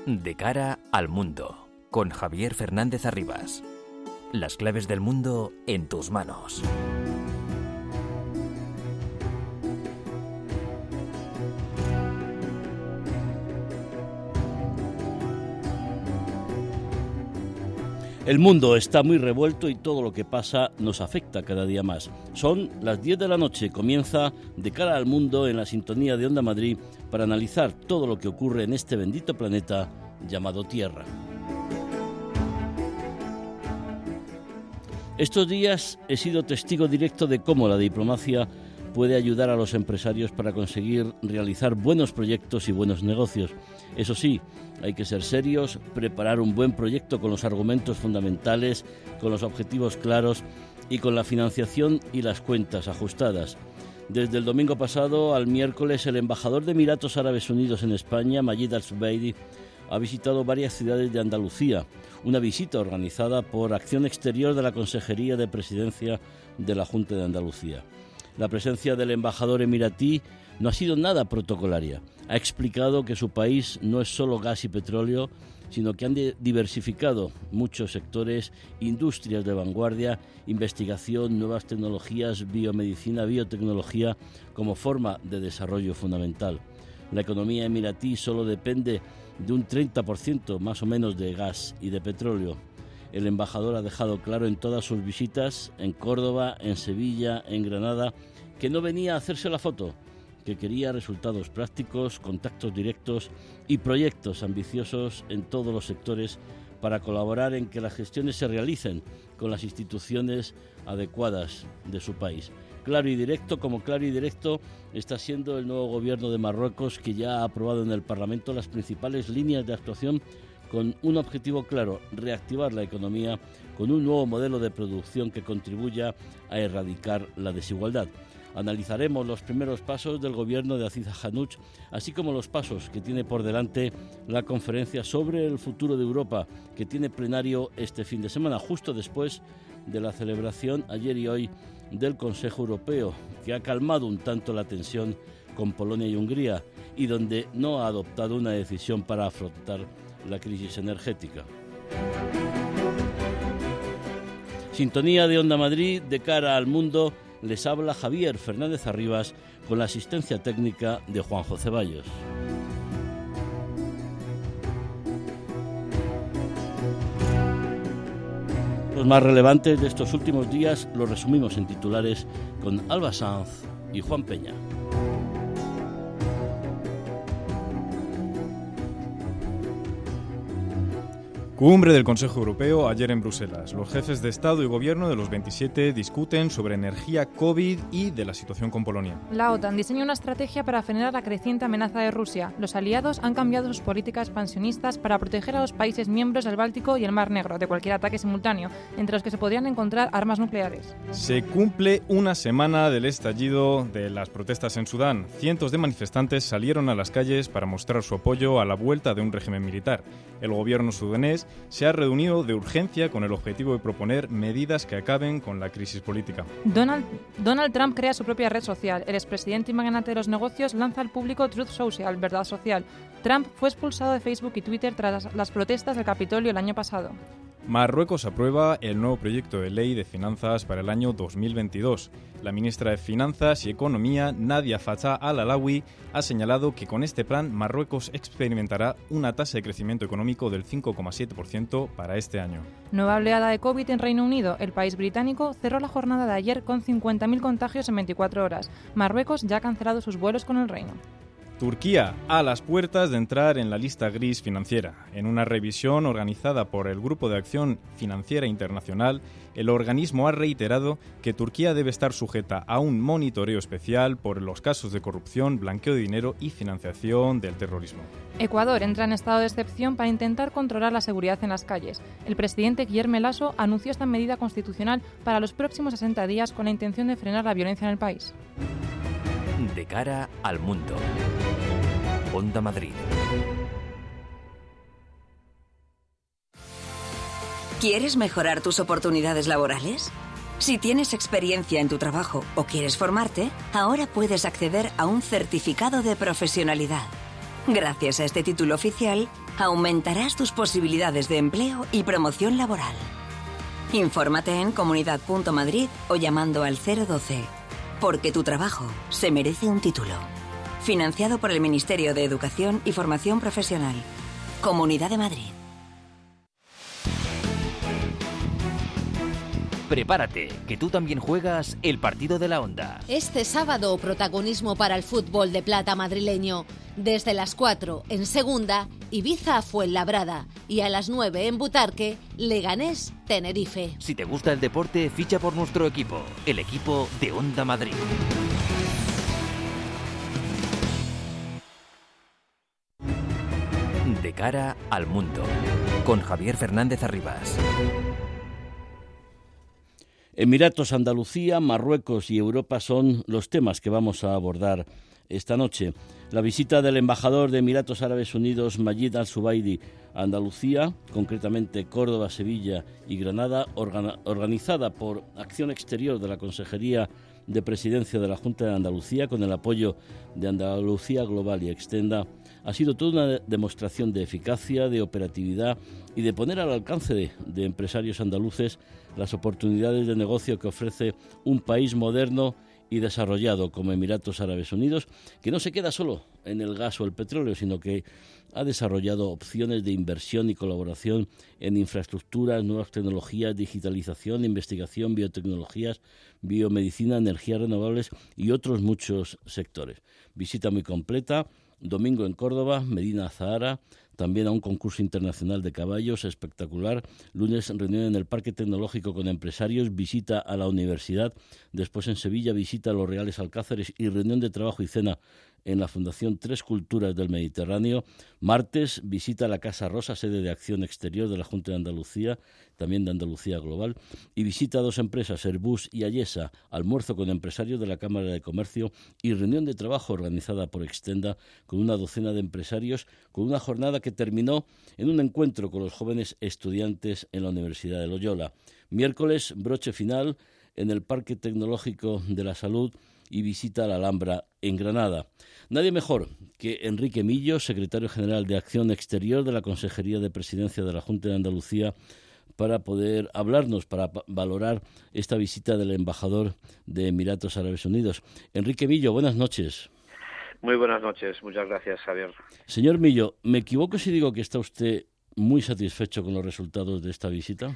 De cara al mundo, con Javier Fernández Arribas. Las claves del mundo en tus manos. El mundo está muy revuelto y todo lo que pasa nos afecta cada día más. Son las 10 de la noche, comienza De cara al mundo en la sintonía de Onda Madrid para analizar todo lo que ocurre en este bendito planeta llamado Tierra. Estos días he sido testigo directo de cómo la diplomacia puede ayudar a los empresarios para conseguir realizar buenos proyectos y buenos negocios. Eso sí, hay que ser serios, preparar un buen proyecto con los argumentos fundamentales, con los objetivos claros y con la financiación y las cuentas ajustadas. Desde el domingo pasado al miércoles, el embajador de Emiratos Árabes Unidos en España, Majid Al-Zubeidi, ha visitado varias ciudades de Andalucía, una visita organizada por Acción Exterior de la Consejería de Presidencia de la Junta de Andalucía. La presencia del embajador emiratí no ha sido nada protocolaria. Ha explicado que su país no es solo gas y petróleo, sino que han diversificado muchos sectores, industrias de vanguardia, investigación, nuevas tecnologías, biomedicina, biotecnología como forma de desarrollo fundamental. La economía emiratí solo depende de un 30% más o menos de gas y de petróleo. El embajador ha dejado claro en todas sus visitas, en Córdoba, en Sevilla, en Granada, que no venía a hacerse la foto, que quería resultados prácticos, contactos directos y proyectos ambiciosos en todos los sectores para colaborar en que las gestiones se realicen con las instituciones adecuadas de su país. Claro y directo, como claro y directo está siendo el nuevo gobierno de Marruecos, que ya ha aprobado en el Parlamento las principales líneas de actuación con un objetivo claro: reactivar la economía con un nuevo modelo de producción que contribuya a erradicar la desigualdad. Analizaremos los primeros pasos del gobierno de Aziz Hanuch, así como los pasos que tiene por delante la conferencia sobre el futuro de Europa, que tiene plenario este fin de semana, justo después de la celebración ayer y hoy del Consejo Europeo, que ha calmado un tanto la tensión con Polonia y Hungría y donde no ha adoptado una decisión para afrontar la crisis energética. Sintonía de Onda Madrid, de cara al mundo. Les habla Javier Fernández Arribas con la asistencia técnica de Juanjo Ceballos. Los más relevantes de estos últimos días los resumimos en titulares con Alba Sanz y Juan Peña. Cumbre del Consejo Europeo ayer en Bruselas. Los jefes de Estado y Gobierno de los 27 discuten sobre energía, COVID y de la situación con Polonia. La OTAN diseña una estrategia para frenar la creciente amenaza de Rusia. Los aliados han cambiado sus políticas expansionistas para proteger a los países miembros del Báltico y el Mar Negro de cualquier ataque simultáneo, entre los que se podrían encontrar armas nucleares. Se cumple una semana del estallido de las protestas en Sudán. Cientos de manifestantes salieron a las calles para mostrar su apoyo a la vuelta de un régimen militar. El gobierno sudanés se ha reunido de urgencia con el objetivo de proponer medidas que acaben con la crisis política. Donald Trump crea su propia red social. El expresidente y magnate de los negocios lanza al público Truth Social, verdad social. Trump fue expulsado de Facebook y Twitter tras las protestas del Capitolio el año pasado. Marruecos aprueba el nuevo proyecto de ley de finanzas para el año 2022. La ministra de Finanzas y Economía, Nadia Fattah Al-Alawi, ha señalado que con este plan Marruecos experimentará una tasa de crecimiento económico del 5,7% para este año. Nueva oleada de COVID en Reino Unido. El país británico cerró la jornada de ayer con 50.000 contagios en 24 horas. Marruecos ya ha cancelado sus vuelos con el Reino. Turquía a las puertas de entrar en la lista gris financiera. En una revisión organizada por el Grupo de Acción Financiera Internacional, el organismo ha reiterado que Turquía debe estar sujeta a un monitoreo especial por los casos de corrupción, blanqueo de dinero y financiación del terrorismo. Ecuador entra en estado de excepción para intentar controlar la seguridad en las calles. El presidente Guillermo Lasso anunció esta medida constitucional para los próximos 60 días con la intención de frenar la violencia en el país. De cara al mundo. Onda Madrid. ¿Quieres mejorar tus oportunidades laborales? Si tienes experiencia en tu trabajo o quieres formarte, ahora puedes acceder a un certificado de profesionalidad. Gracias a este título oficial, Aumentarás tus posibilidades de empleo y promoción laboral. Infórmate en comunidad.madrid o llamando al 012. Porque tu trabajo se merece un título. Financiado por el Ministerio de Educación y Formación Profesional. Comunidad de Madrid. Prepárate, que tú también juegas el partido de la Onda. Este sábado, protagonismo para el fútbol de plata madrileño. Desde las 4 en Segunda, Ibiza Fuenlabrada. Y a las 9 en Butarque, Leganés Tenerife. Si te gusta el deporte, ficha por nuestro equipo, el equipo de Onda Madrid. De cara al mundo, con Javier Fernández Arribas. Emiratos, Andalucía, Marruecos y Europa son los temas que vamos a abordar esta noche. La visita del embajador de Emiratos Árabes Unidos, Majid Al-Zubaidi, a Andalucía, concretamente Córdoba, Sevilla y Granada, organizada por Acción Exterior de la Consejería de Presidencia de la Junta de Andalucía, con el apoyo de Andalucía Global y Extenda, ha sido toda una demostración de eficacia, de operatividad y de poner al alcance de empresarios andaluces las oportunidades de negocio que ofrece un país moderno y desarrollado como Emiratos Árabes Unidos, que no se queda solo en el gas o el petróleo, sino que ha desarrollado opciones de inversión y colaboración en infraestructuras, nuevas tecnologías, digitalización, investigación, biotecnologías, biomedicina, energías renovables y otros muchos sectores. Visita muy completa. Domingo en Córdoba, Medina Zahara, también a un concurso internacional de caballos espectacular. Lunes, reunión en el Parque Tecnológico con empresarios, visita a la universidad. Después en Sevilla, visita a los Reales Alcázares y reunión de trabajo y cena en la Fundación Tres Culturas del Mediterráneo. Martes, visita a la Casa Rosa, sede de Acción Exterior de la Junta de Andalucía, también de Andalucía Global, y visita a dos empresas, Airbus y Ayesa, almuerzo con empresarios de la Cámara de Comercio y reunión de trabajo organizada por Extenda con una docena de empresarios, con una jornada que terminó en un encuentro con los jóvenes estudiantes en la Universidad de Loyola. Miércoles, broche final en el Parque Tecnológico de la Salud y visita a la Alhambra en Granada. Nadie mejor que Enrique Millo, secretario general de Acción Exterior de la Consejería de Presidencia de la Junta de Andalucía, para poder hablarnos, para valorar esta visita del embajador de Emiratos Árabes Unidos. Enrique Millo, buenas noches. Muy buenas noches, muchas gracias, Javier. Señor Millo, ¿me equivoco si digo que está usted muy satisfecho con los resultados de esta visita?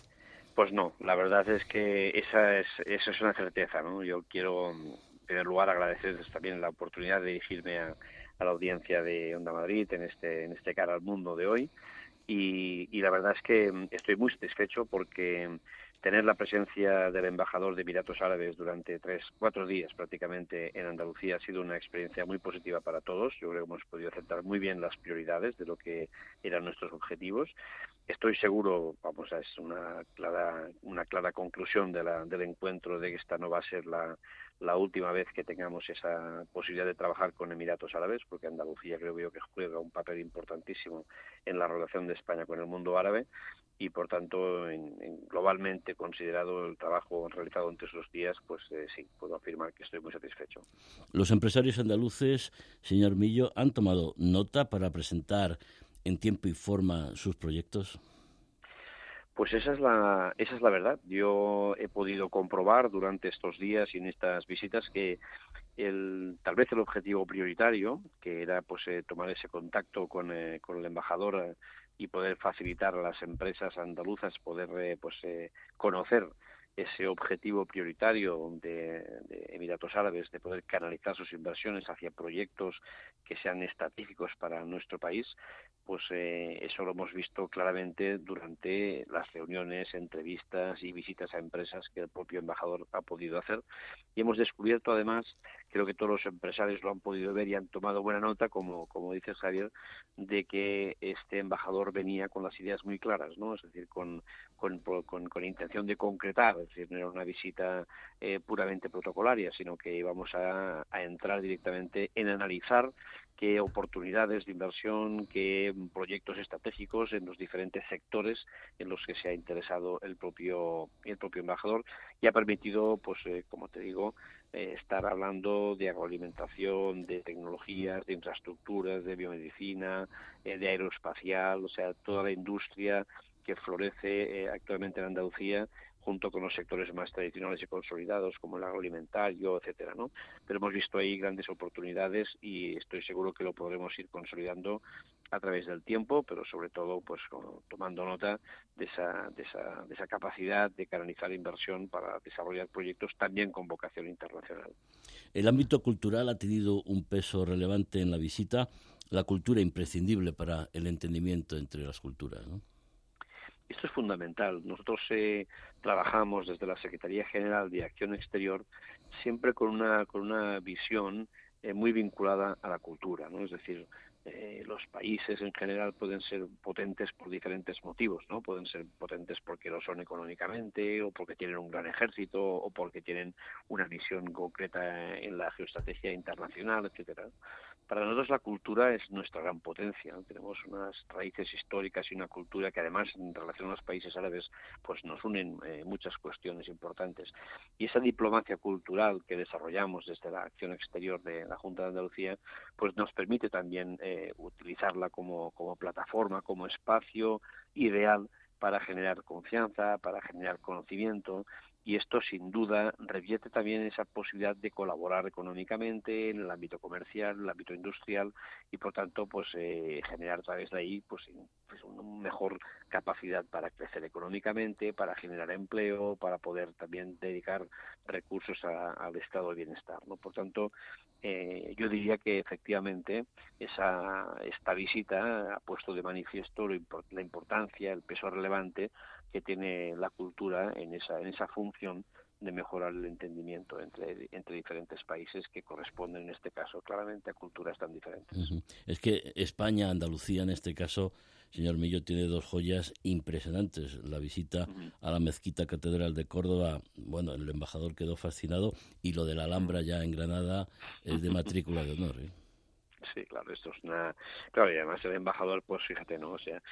Pues no, la verdad es que esa es una certeza, ¿no? Yo quiero, en primer lugar, agradecerles también la oportunidad de dirigirme a la audiencia de Onda Madrid en este cara al mundo de hoy. Y la verdad es que estoy muy satisfecho porque tener la presencia del embajador de Emiratos Árabes durante 3-4 días prácticamente en Andalucía ha sido una experiencia muy positiva para todos. Yo creo que hemos podido aceptar muy bien las prioridades de lo que eran nuestros objetivos. Estoy seguro, es una clara conclusión del encuentro de que esta no va a ser la última vez que tengamos esa posibilidad de trabajar con Emiratos Árabes, porque Andalucía creo yo que juega un papel importantísimo en la relación de España con el mundo árabe y, por tanto, globalmente considerado el trabajo realizado entre esos días, pues sí, puedo afirmar que estoy muy satisfecho. Los empresarios andaluces, señor Millo, ¿han tomado nota para presentar en tiempo y forma sus proyectos? Pues esa es la verdad. Yo he podido comprobar durante estos días y en estas visitas que tal vez el objetivo prioritario, que era tomar ese contacto con el embajador y poder facilitar a las empresas andaluzas poder conocer ese objetivo prioritario de Emiratos Árabes, de poder canalizar sus inversiones hacia proyectos que sean estratégicos para nuestro país, pues eso lo hemos visto claramente durante las reuniones, entrevistas y visitas a empresas que el propio embajador ha podido hacer. Y hemos descubierto, además, creo que todos los empresarios lo han podido ver y han tomado buena nota, como dice Javier, de que este embajador venía con las ideas muy claras, ¿no? Es decir, con con intención de concretar, es decir, no era una visita puramente protocolaria, sino que íbamos a entrar directamente en analizar qué oportunidades de inversión, qué proyectos estratégicos en los diferentes sectores en los que se ha interesado el propio embajador, y ha permitido, pues como te digo, estar hablando de agroalimentación, de tecnologías, de infraestructuras, de biomedicina, de aeroespacial, o sea, toda la industria que florece actualmente en Andalucía, junto con los sectores más tradicionales y consolidados, como el agroalimentario, etcétera, ¿no? Pero hemos visto ahí grandes oportunidades y estoy seguro que lo podremos ir consolidando a través del tiempo, pero sobre todo, pues tomando nota de esa capacidad de canalizar inversión para desarrollar proyectos también con vocación internacional. El ámbito cultural ha tenido un peso relevante en la visita, la cultura imprescindible para el entendimiento entre las culturas, ¿no? Esto es fundamental. Nosotros trabajamos desde la Secretaría General de Acción Exterior siempre con una visión muy vinculada a la cultura, ¿no? Es decir, los países en general pueden ser potentes por diferentes motivos, ¿no? Pueden ser potentes porque lo son económicamente, o porque tienen un gran ejército, o porque tienen una misión concreta en la geoestrategia internacional, etcétera. Para nosotros la cultura es nuestra gran potencia, ¿no? Tenemos unas raíces históricas y una cultura que además en relación a los países árabes pues nos unen muchas cuestiones importantes. Y esa diplomacia cultural que desarrollamos desde la acción exterior de la Junta de Andalucía pues nos permite también utilizarla como plataforma, como espacio ideal para generar confianza, para generar conocimiento, y esto sin duda revierte también esa posibilidad de colaborar económicamente en el ámbito comercial, en el ámbito industrial, y por tanto pues generar a través de ahí pues una mejor capacidad para crecer económicamente, para generar empleo, para poder también dedicar recursos al estado de bienestar, ¿no? Por tanto, yo diría que efectivamente esta visita ha puesto de manifiesto la importancia, el peso relevante que tiene la cultura en esa función de mejorar el entendimiento entre diferentes países que corresponden en este caso claramente a culturas tan diferentes. Uh-huh. Es que España, Andalucía en este caso, señor Millo, tiene dos joyas impresionantes. La visita a la Mezquita Catedral de Córdoba, bueno, el embajador quedó fascinado, y lo de la Alhambra ya en Granada es de matrícula de honor, ¿eh? Sí, claro, esto es claro, y además el embajador, pues fíjate, ¿no? O sea,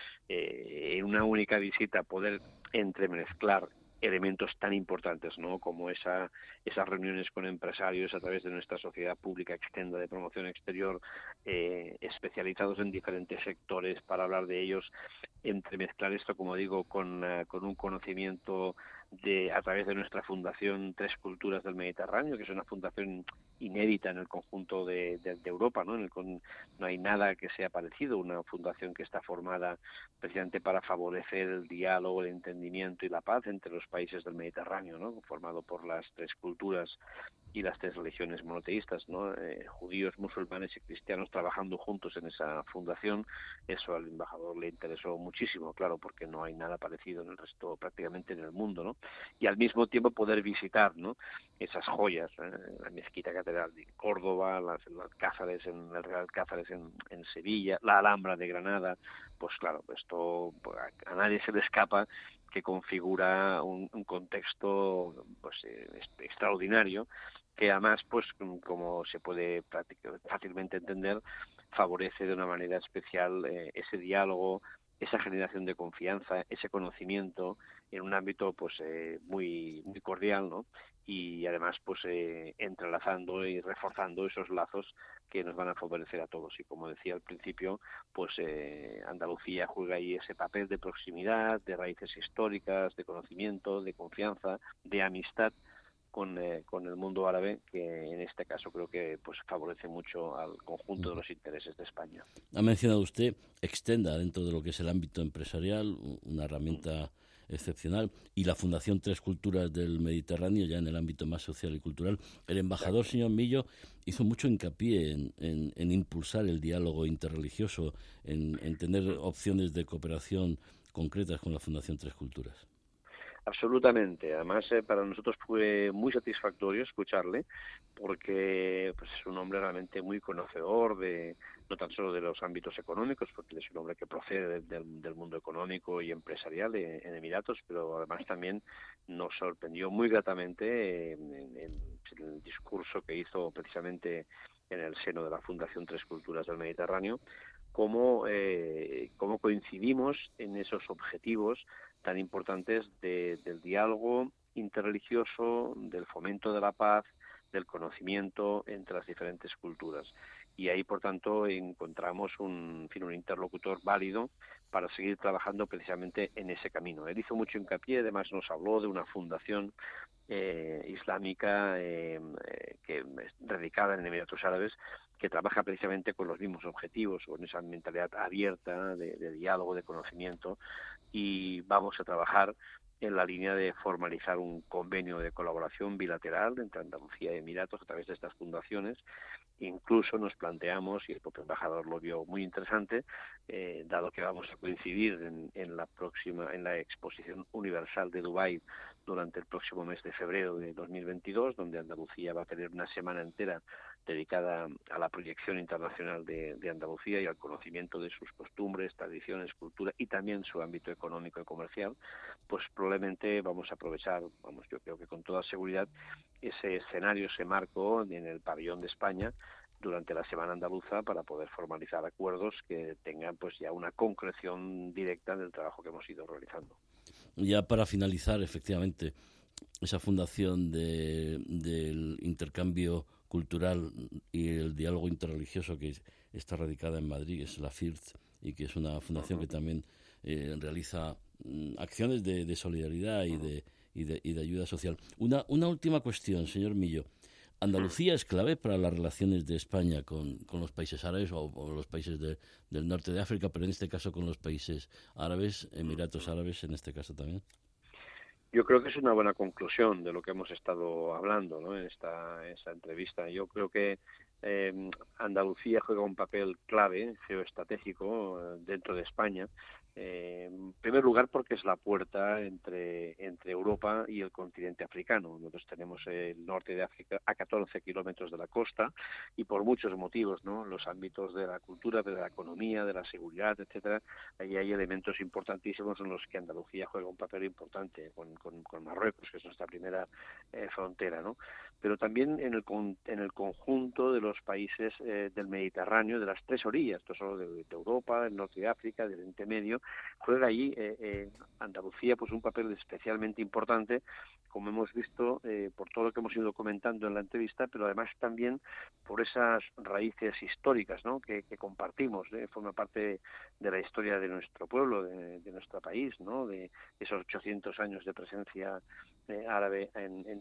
en una única visita poder entremezclar elementos tan importantes, ¿no? Como esas reuniones con empresarios a través de nuestra sociedad pública extenda de promoción exterior, especializados en diferentes sectores para hablar de ellos, entremezclar esto, como digo, con un conocimiento a través de nuestra fundación Tres Culturas del Mediterráneo, que es una fundación inédita en el conjunto de Europa, ¿no? No hay nada que sea parecido, una fundación que está formada precisamente para favorecer el diálogo, el entendimiento y la paz entre los países del Mediterráneo, ¿no? Formado por las tres culturas y las tres religiones monoteístas, ¿no? Judíos, musulmanes y cristianos trabajando juntos en esa fundación. Eso al embajador le interesó muchísimo, claro, porque no hay nada parecido en el resto, prácticamente en el mundo, ¿no? Y al mismo tiempo poder visitar, ¿no? Esas joyas, la Mezquita Catedral de Córdoba, el Real Alcázares en Sevilla, la Alhambra de Granada. Pues claro, esto a nadie se le escapa que configura un contexto pues extraordinario, que además, pues como se puede fácilmente entender, favorece de una manera especial ese diálogo, esa generación de confianza, ese conocimiento en un ámbito pues muy muy cordial, ¿no? Y además pues entrelazando y reforzando esos lazos que nos van a favorecer a todos. Y como decía al principio, pues Andalucía juega ahí ese papel de proximidad, de raíces históricas, de conocimiento, de confianza, de amistad con el mundo árabe, que en este caso creo que pues favorece mucho al conjunto de los intereses de España. Ha mencionado usted Extenda dentro de lo que es el ámbito empresarial, una herramienta excepcional, y la Fundación Tres Culturas del Mediterráneo ya en el ámbito más social y cultural. El embajador, señor Millo, hizo mucho hincapié en impulsar el diálogo interreligioso, en tener opciones de cooperación concretas con la Fundación Tres Culturas. Absolutamente. Además, para nosotros fue muy satisfactorio escucharle, porque pues, es un hombre realmente muy conocedor no tan solo de los ámbitos económicos, porque él es un hombre que procede del mundo económico y empresarial en Emiratos, pero además también nos sorprendió muy gratamente en el discurso que hizo precisamente en el seno de la Fundación Tres Culturas del Mediterráneo, cómo coincidimos en esos objetivos tan importantes del diálogo interreligioso, del fomento de la paz, del conocimiento entre las diferentes culturas. Y ahí, por tanto, encontramos un interlocutor válido para seguir trabajando precisamente en ese camino. Él hizo mucho hincapié, además nos habló de una fundación islámica que es radicada en Emiratos Árabes, que trabaja precisamente con los mismos objetivos, con esa mentalidad abierta de diálogo, de conocimiento, y vamos a trabajar en la línea de formalizar un convenio de colaboración bilateral entre Andalucía y Emiratos a través de estas fundaciones. Incluso nos planteamos, y el propio embajador lo vio muy interesante, dado que vamos a coincidir en la Exposición Universal de Dubái durante el próximo mes de febrero de 2022, donde Andalucía va a tener una semana entera dedicada a la proyección internacional de Andalucía y al conocimiento de sus costumbres, tradiciones, cultura y también su ámbito económico y comercial, pues probablemente vamos a aprovechar, yo creo que con toda seguridad, ese escenario, ese marco en el pabellón de España durante la Semana Andaluza para poder formalizar acuerdos que tengan pues ya una concreción directa del trabajo que hemos ido realizando. Ya para finalizar, efectivamente, esa fundación del intercambio cultural y el diálogo interreligioso que está radicada en Madrid, es la FIRT, y que es una fundación que también realiza acciones de solidaridad y de ayuda social. Una última cuestión, señor Millo. ¿Andalucía es clave para las relaciones de España con los países árabes o los países del norte de África, pero en este caso con los países árabes, Emiratos Árabes en este caso también? Yo creo que es una buena conclusión de lo que hemos estado hablando, ¿no? En esta entrevista. Yo creo que Andalucía juega un papel clave, geoestratégico, dentro de España. En primer lugar porque es la puerta entre Europa y el continente africano. Nosotros tenemos el norte de África a 14 kilómetros de la costa y por muchos motivos, ¿no? Los ámbitos de la cultura, de la economía, de la seguridad, etcétera, ahí hay elementos importantísimos en los que Andalucía juega un papel importante con Marruecos, que es nuestra primera frontera, ¿no? Pero también en el conjunto de los países del Mediterráneo, de las tres orillas, no solo de Europa, del norte de África, del Oriente Medio, juega allí Andalucía pues un papel especialmente importante, como hemos visto por todo lo que hemos ido comentando en la entrevista, pero además también por esas raíces históricas, ¿no? que compartimos, forma parte de la historia de nuestro pueblo, de nuestro país, ¿no? De esos 800 años de presencia árabe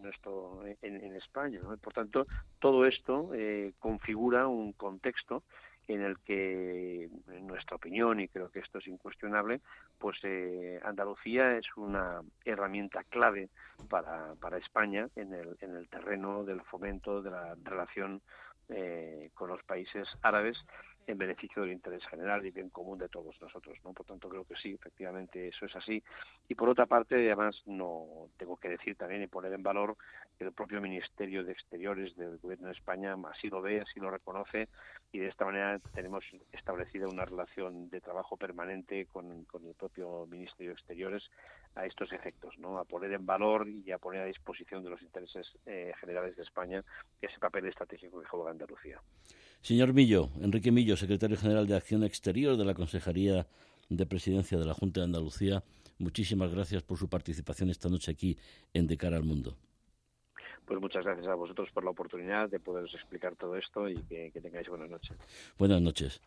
en España, ¿no? Por tanto, todo esto configura un contexto en el que, en nuestra opinión, y creo que esto es incuestionable, pues Andalucía es una herramienta clave para España en el terreno del fomento de la relación con los países árabes en beneficio del interés general y bien común de todos nosotros, ¿no? Por tanto, creo que sí, efectivamente, eso es así. Y por otra parte, además, no tengo que decir también y poner en valor que el propio Ministerio de Exteriores del Gobierno de España así lo ve, así lo reconoce, y de esta manera tenemos establecida una relación de trabajo permanente con el propio Ministerio de Exteriores a estos efectos, ¿no? A poner en valor y a poner a disposición de los intereses generales de España ese papel estratégico que juega Andalucía. Señor Millo, Enrique Millo, secretario general de Acción Exterior de la Consejería de Presidencia de la Junta de Andalucía, muchísimas gracias por su participación esta noche aquí en De Cara al Mundo. Pues muchas gracias a vosotros por la oportunidad de poderos explicar todo esto y que tengáis buenas noches. Buenas noches.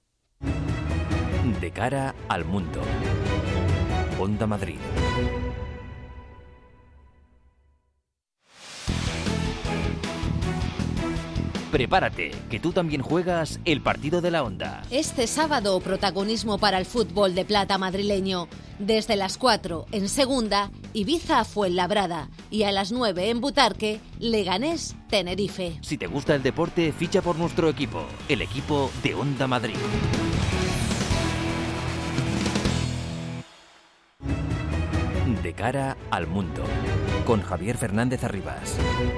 De Cara al Mundo. Onda Madrid. Prepárate, que tú también juegas el partido de la Onda. Este sábado, protagonismo para el fútbol de plata madrileño. Desde las 4 en Segunda, Ibiza Fuenlabrada. Y a las 9 en Butarque, Leganés Tenerife. Si te gusta el deporte, ficha por nuestro equipo, el equipo de Onda Madrid. De cara al mundo, con Javier Fernández Arribas.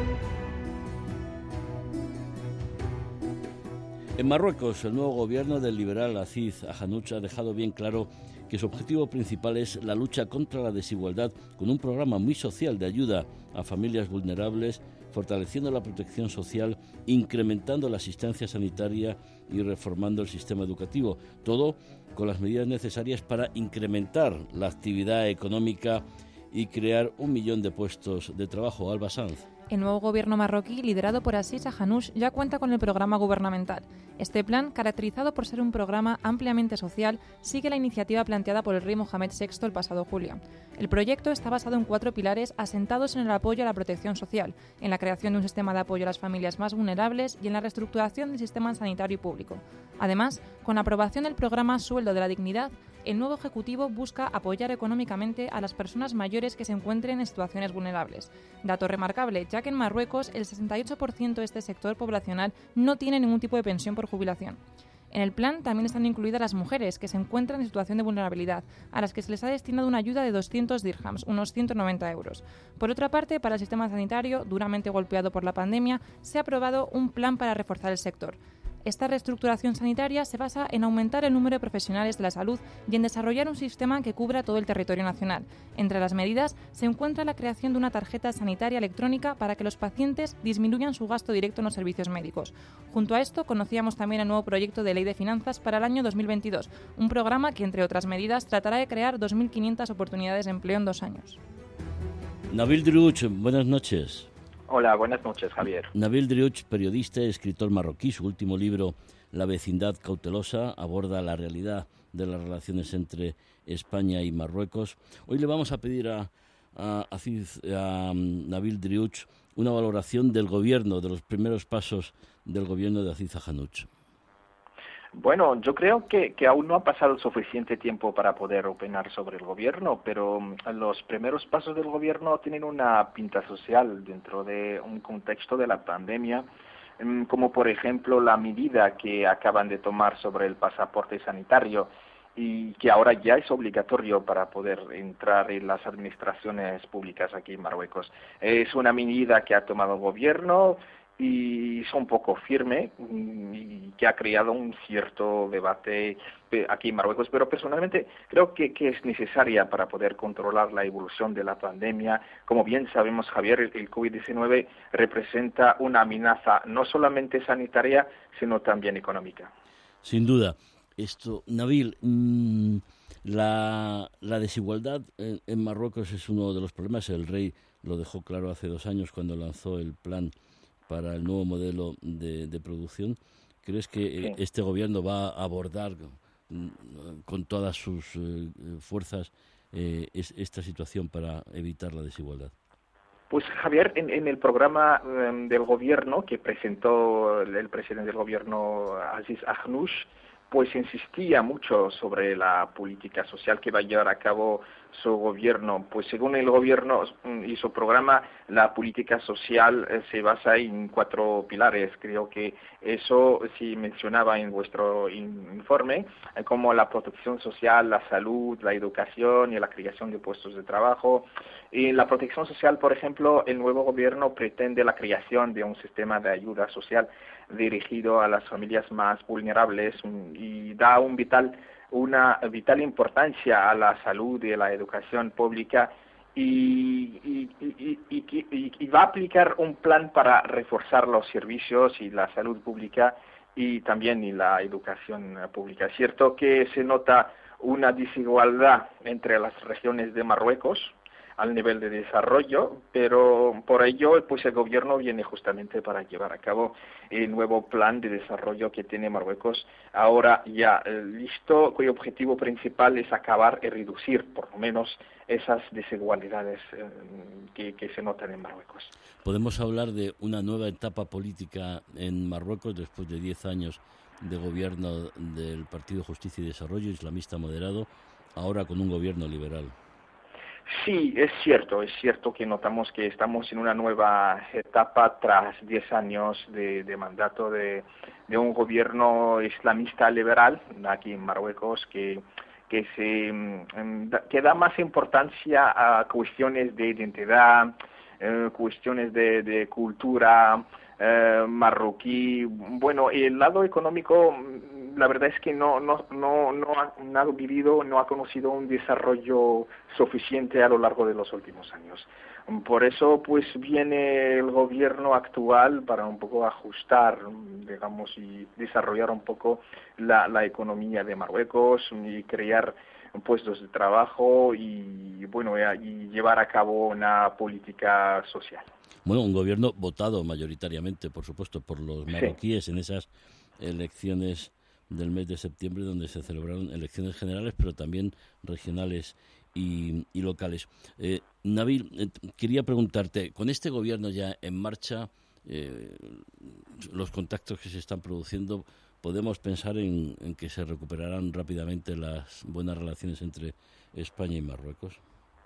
En Marruecos, el nuevo gobierno del liberal Aziz Ahanouch ha dejado bien claro que su objetivo principal es la lucha contra la desigualdad, con un programa muy social de ayuda a familias vulnerables, fortaleciendo la protección social, incrementando la asistencia sanitaria y reformando el sistema educativo. Todo con las medidas necesarias para incrementar la actividad económica y crear 1 millón de puestos de trabajo. Alba Sanz. El nuevo gobierno marroquí, liderado por Aziz Ahanouch, ya cuenta con el programa gubernamental. Este plan, caracterizado por ser un programa ampliamente social, sigue la iniciativa planteada por el rey Mohamed VI el pasado julio. El proyecto está basado en 4 pilares asentados en el apoyo a la protección social, en la creación de un sistema de apoyo a las familias más vulnerables y en la reestructuración del sistema sanitario público. Además, con la aprobación del programa Sueldo de la Dignidad, el nuevo Ejecutivo busca apoyar económicamente a las personas mayores que se encuentren en situaciones vulnerables. Dato remarcable, ya que en Marruecos el 68% de este sector poblacional no tiene ningún tipo de pensión por jubilación. En el plan también están incluidas las mujeres que se encuentran en situación de vulnerabilidad, a las que se les ha destinado una ayuda de 200 dirhams, unos 190 euros. Por otra parte, para el sistema sanitario, duramente golpeado por la pandemia, se ha aprobado un plan para reforzar el sector. Esta reestructuración sanitaria se basa en aumentar el número de profesionales de la salud y en desarrollar un sistema que cubra todo el territorio nacional. Entre las medidas se encuentra la creación de una tarjeta sanitaria electrónica para que los pacientes disminuyan su gasto directo en los servicios médicos. Junto a esto, conocíamos también el nuevo proyecto de ley de finanzas para el año 2022, un programa que, entre otras medidas, tratará de crear 2.500 oportunidades de empleo en 2 años. Nabil Driouch, buenas noches. Hola, buenas noches, Javier. Nabil Driouch, periodista y escritor marroquí, su último libro, La vecindad cautelosa, aborda la realidad de las relaciones entre España y Marruecos. Hoy le vamos a pedir a Nabil Driouch una valoración del gobierno, de los primeros pasos del gobierno de Aziz Ahanouch. Bueno, yo creo que aún no ha pasado suficiente tiempo para poder opinar sobre el gobierno, pero los primeros pasos del gobierno tienen una pinta social dentro de un contexto de la pandemia, como por ejemplo la medida que acaban de tomar sobre el pasaporte sanitario y que ahora ya es obligatorio para poder entrar en las administraciones públicas aquí en Marruecos. Es una medida que ha tomado el gobierno y es un poco firme y que ha creado un cierto debate aquí en Marruecos, pero personalmente creo que es necesaria para poder controlar la evolución de la pandemia. Como bien sabemos, Javier, el COVID-19 representa una amenaza no solamente sanitaria, sino también económica. Sin duda. Nabil, la desigualdad en Marruecos es uno de los problemas. El rey lo dejó claro hace 2 años cuando lanzó el plan para el nuevo modelo de producción. ¿Crees que este gobierno va a abordar con todas sus fuerzas esta situación para evitar la desigualdad? Pues Javier, en el programa del gobierno que presentó el presidente del gobierno, Aziz Ahanouch, pues insistía mucho sobre la política social que va a llevar a cabo su gobierno. Pues según el gobierno y su programa, la política social se basa en 4 pilares. Creo que eso sí mencionaba en vuestro informe, como la protección social, la salud, la educación y la creación de puestos de trabajo. En la protección social, por ejemplo, el nuevo gobierno pretende la creación de un sistema de ayuda social dirigido a las familias más vulnerables y da una vital importancia a la salud y a la educación pública y va a aplicar un plan para reforzar los servicios y la salud pública y también en la educación pública. Es cierto que se nota una desigualdad entre las regiones de Marruecos al nivel de desarrollo, pero por ello pues el gobierno viene justamente para llevar a cabo el nuevo plan de desarrollo que tiene Marruecos ahora ya listo, cuyo objetivo principal es acabar y reducir por lo menos esas desigualdades que se notan en Marruecos. ¿Podemos hablar de una nueva etapa política en Marruecos después de 10 años de gobierno del Partido Justicia y Desarrollo islamista moderado, ahora con un gobierno liberal? Sí, es cierto que notamos que estamos en una nueva etapa tras 10 años de mandato de un gobierno islamista liberal aquí en Marruecos que que da más importancia a cuestiones de identidad, cuestiones de cultura marroquí. Bueno, el lado económico, la verdad es que no ha conocido un desarrollo suficiente a lo largo de los últimos años. Por eso, pues, viene el gobierno actual para un poco ajustar, digamos, y desarrollar un poco la economía de Marruecos y crear puestos de trabajo y, bueno, y llevar a cabo una política social. Bueno, un gobierno votado mayoritariamente, por supuesto, por los marroquíes en esas elecciones del mes de septiembre, donde se celebraron elecciones generales, pero también regionales y locales. Nabil, quería preguntarte, con este gobierno ya en marcha, los contactos que se están produciendo, ¿podemos pensar en que se recuperarán rápidamente las buenas relaciones entre España y Marruecos?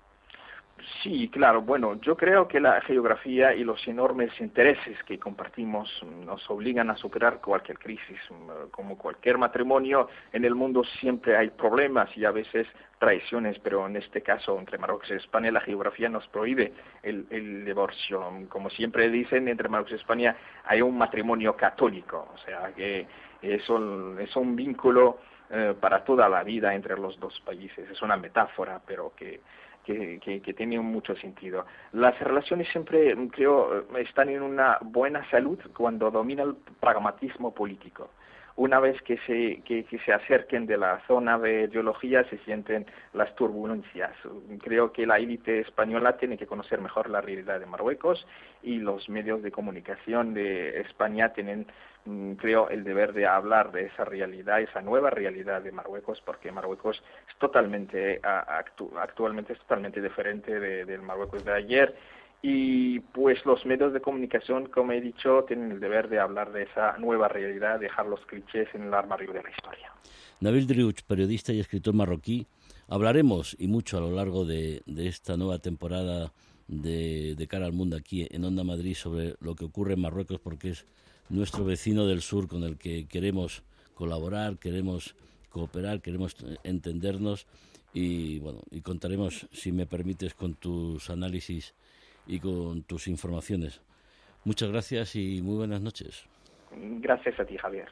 Sí, claro. Bueno, yo creo que la geografía y los enormes intereses que compartimos nos obligan a superar cualquier crisis. Como cualquier matrimonio, en el mundo siempre hay problemas y a veces traiciones, pero en este caso, entre Marruecos y España, la geografía nos prohíbe el divorcio. Como siempre dicen, entre Marruecos y España hay un matrimonio católico, o sea que es un vínculo para toda la vida entre los dos países. Es una metáfora, pero que tiene mucho sentido. Las relaciones siempre, creo, están en una buena salud cuando domina el pragmatismo político. Una vez que se acerquen de la zona de ideología, se sienten las turbulencias. Creo que la élite española tiene que conocer mejor la realidad de Marruecos y los medios de comunicación de España tienen, creo, el deber de hablar de esa realidad, esa nueva realidad de Marruecos, porque Marruecos es totalmente, actualmente es totalmente diferente del Marruecos de ayer. Y pues los medios de comunicación, como he dicho, tienen el deber de hablar de esa nueva realidad, dejar los clichés en el armario de la historia. Nabil Driouch, periodista y escritor marroquí, hablaremos y mucho a lo largo de esta nueva temporada de Cara al Mundo aquí en Onda Madrid sobre lo que ocurre en Marruecos, porque es nuestro vecino del sur con el que queremos colaborar, queremos cooperar, queremos entendernos y bueno, y contaremos, si me permites, con tus análisis y con tus informaciones. Muchas gracias y muy buenas noches. Gracias a ti, Javier.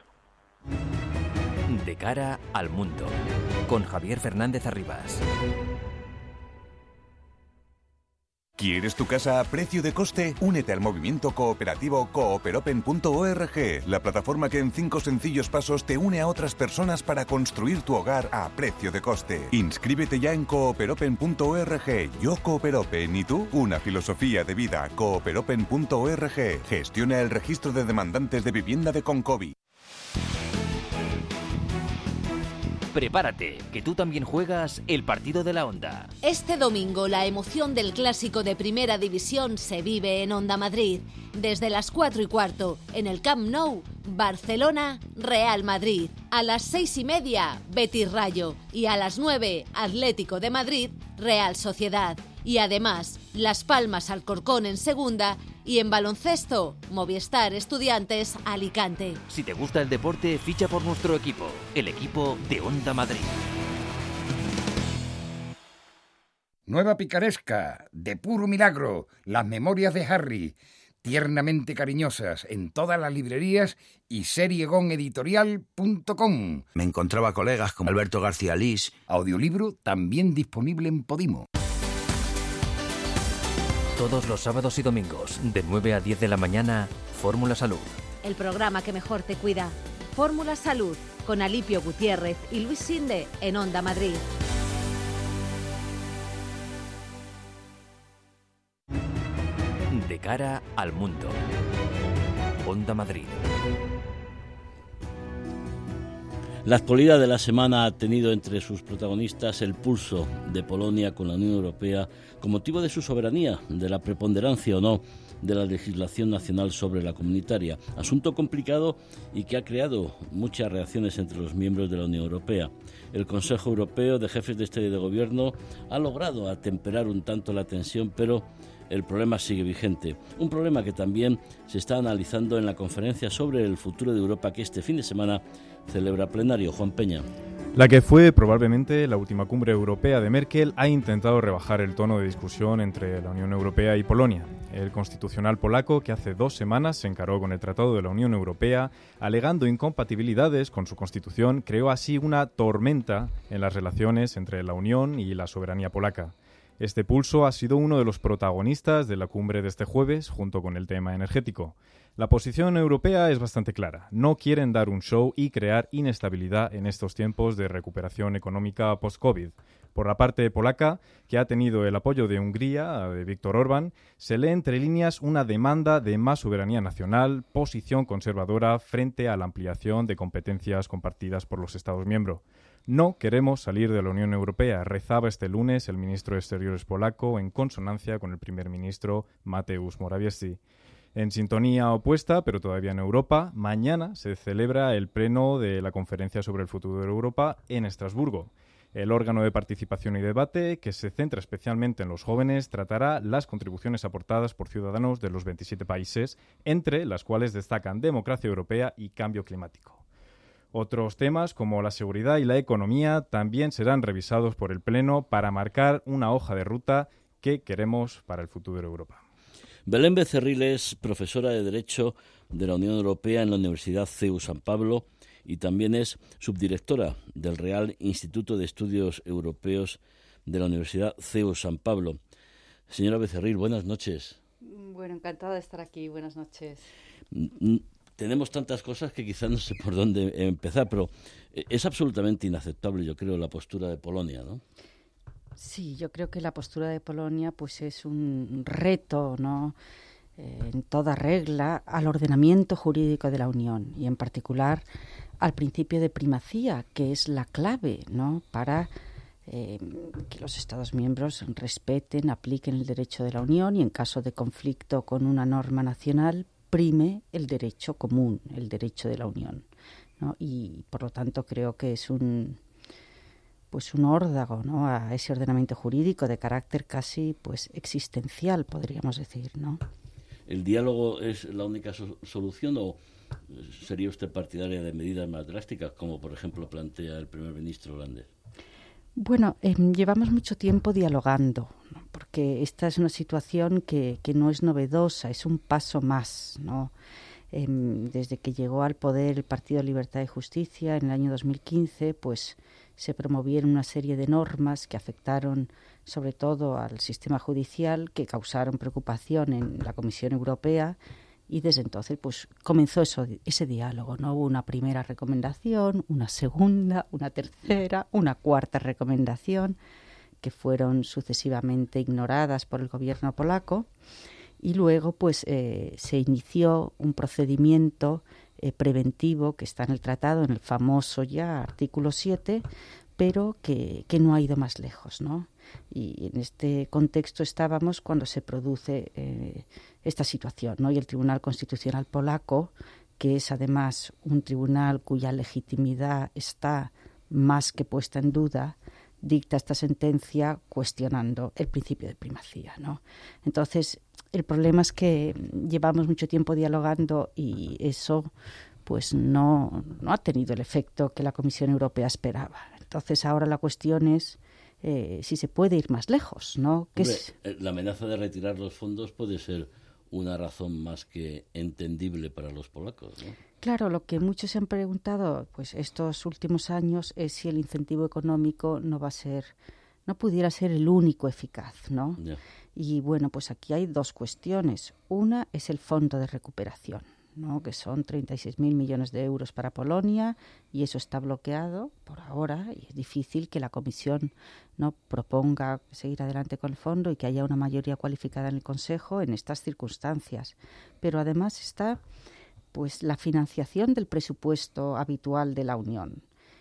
De Cara al Mundo, con Javier Fernández Arribas. ¿Quieres tu casa a precio de coste? Únete al movimiento cooperativo cooperopen.org, la plataforma que en 5 sencillos pasos te une a otras personas para construir tu hogar a precio de coste. Inscríbete ya en cooperopen.org. Yo Cooperopen, ¿y tú? Una filosofía de vida. Cooperopen.org. Gestiona el registro de demandantes de vivienda de Concovi. Prepárate, que tú también juegas el partido de la Onda. Este domingo la emoción del clásico de Primera División se vive en Onda Madrid. Desde las 4:15 en el Camp Nou, Barcelona, Real Madrid. A las 6:30, Betis Rayo. Y a las 9, Atlético de Madrid, Real Sociedad. Y además, Las Palmas Alcorcón en segunda y en baloncesto, Movistar Estudiantes Alicante. Si te gusta el deporte, ficha por nuestro equipo, el equipo de Onda Madrid. Nueva picaresca, de puro milagro, Las Memorias de Harry, tiernamente cariñosas en todas las librerías y seriegoneditorial.com. Me encontraba colegas como Alberto García Lís. Audiolibro también disponible en Podimo. Todos los sábados y domingos, de 9 a 10 de la mañana, Fórmula Salud. El programa que mejor te cuida. Fórmula Salud, con Alipio Gutiérrez y Luis Sinde en Onda Madrid. De Cara al Mundo. Onda Madrid. La actualidad de la semana ha tenido entre sus protagonistas el pulso de Polonia con la Unión Europea con motivo de su soberanía, de la preponderancia o no de la legislación nacional sobre la comunitaria. Asunto complicado y que ha creado muchas reacciones entre los miembros de la Unión Europea. El Consejo Europeo de Jefes de Estado y de Gobierno ha logrado atemperar un tanto la tensión, pero el problema sigue vigente. Un problema que también se está analizando en la conferencia sobre el futuro de Europa que este fin de semana celebra plenario. Juan Peña. La que fue probablemente la última cumbre europea de Merkel ha intentado rebajar el tono de discusión entre la Unión Europea y Polonia. El constitucional polaco, que hace 2 semanas se encaró con el Tratado de la Unión Europea, alegando incompatibilidades con su constitución, creó así una tormenta en las relaciones entre la Unión y la soberanía polaca. Este pulso ha sido uno de los protagonistas de la cumbre de este jueves, junto con el tema energético. La posición europea es bastante clara. No quieren dar un show y crear inestabilidad en estos tiempos de recuperación económica post-COVID. Por la parte polaca, que ha tenido el apoyo de Hungría, de Viktor Orbán, se lee entre líneas una demanda de más soberanía nacional, posición conservadora frente a la ampliación de competencias compartidas por los Estados miembros. No queremos salir de la Unión Europea, rezaba este lunes el ministro de Exteriores polaco en consonancia con el primer ministro Mateusz Morawiecki. En sintonía opuesta, pero todavía en Europa, mañana se celebra el pleno de la Conferencia sobre el Futuro de Europa en Estrasburgo. El órgano de participación y debate, que se centra especialmente en los jóvenes, tratará las contribuciones aportadas por ciudadanos de los 27 países, entre las cuales destacan democracia europea y cambio climático. Otros temas, como la seguridad y la economía, también serán revisados por el Pleno para marcar una hoja de ruta que queremos para el futuro de Europa. Belén Becerril es profesora de Derecho de la Unión Europea en la Universidad CEU San Pablo y también es subdirectora del Real Instituto de Estudios Europeos de la Universidad CEU San Pablo. Señora Becerril, buenas noches. Bueno, encantada de estar aquí. Buenas noches. Tenemos tantas cosas que quizás no sé por dónde empezar, pero es absolutamente inaceptable, yo creo, la postura de Polonia, ¿no? Sí, yo creo que la postura de Polonia pues es un reto, ¿no? En toda regla al ordenamiento jurídico de la Unión y en particular al principio de primacía, que es la clave, ¿no? Para que los Estados miembros respeten, apliquen el derecho de la Unión y en caso de conflicto con una norma nacional prime el derecho común, el derecho de la Unión, ¿no? Y por lo tanto creo que es un órdago, ¿no? A ese ordenamiento jurídico de carácter casi pues existencial, podríamos decir, ¿no? ¿El diálogo es la única solución o sería usted partidaria de medidas más drásticas, como por ejemplo plantea el primer ministro holandés? Bueno, llevamos mucho tiempo dialogando, ¿no? Porque esta es una situación que no es novedosa, es un paso más, ¿no? Desde que llegó al poder el Partido Libertad y Justicia en el año 2015, pues se promovieron una serie de normas que afectaron sobre todo al sistema judicial, que causaron preocupación en la Comisión Europea y desde entonces pues comenzó ese diálogo, ¿no? Hubo una primera recomendación, una segunda, una tercera, una cuarta recomendación que fueron sucesivamente ignoradas por el gobierno polaco y luego pues se inició un procedimiento preventivo que está en el tratado, en el famoso ya artículo 7, pero que no ha ido más lejos, ¿no? Y en este contexto estábamos cuando se produce esta situación, ¿no? Y el Tribunal Constitucional polaco, que es además un tribunal cuya legitimidad está más que puesta en duda, dicta esta sentencia cuestionando el principio de primacía, ¿no? Entonces, el problema es que llevamos mucho tiempo dialogando y eso pues no ha tenido el efecto que la Comisión Europea esperaba. Entonces, ahora la cuestión es si se puede ir más lejos, ¿no? La amenaza de retirar los fondos puede ser una razón más que entendible para los polacos, ¿no? Claro, lo que muchos se han preguntado pues estos últimos años es si el incentivo económico no pudiera ser el único eficaz, ¿no? Yeah. Y bueno, pues aquí hay dos cuestiones. Una es el fondo de recuperación, ¿no? Que son 36.000 millones de euros para Polonia y eso está bloqueado por ahora y es difícil que la Comisión no proponga seguir adelante con el fondo y que haya una mayoría cualificada en el Consejo en estas circunstancias. Pero además está pues la financiación del presupuesto habitual de la Unión.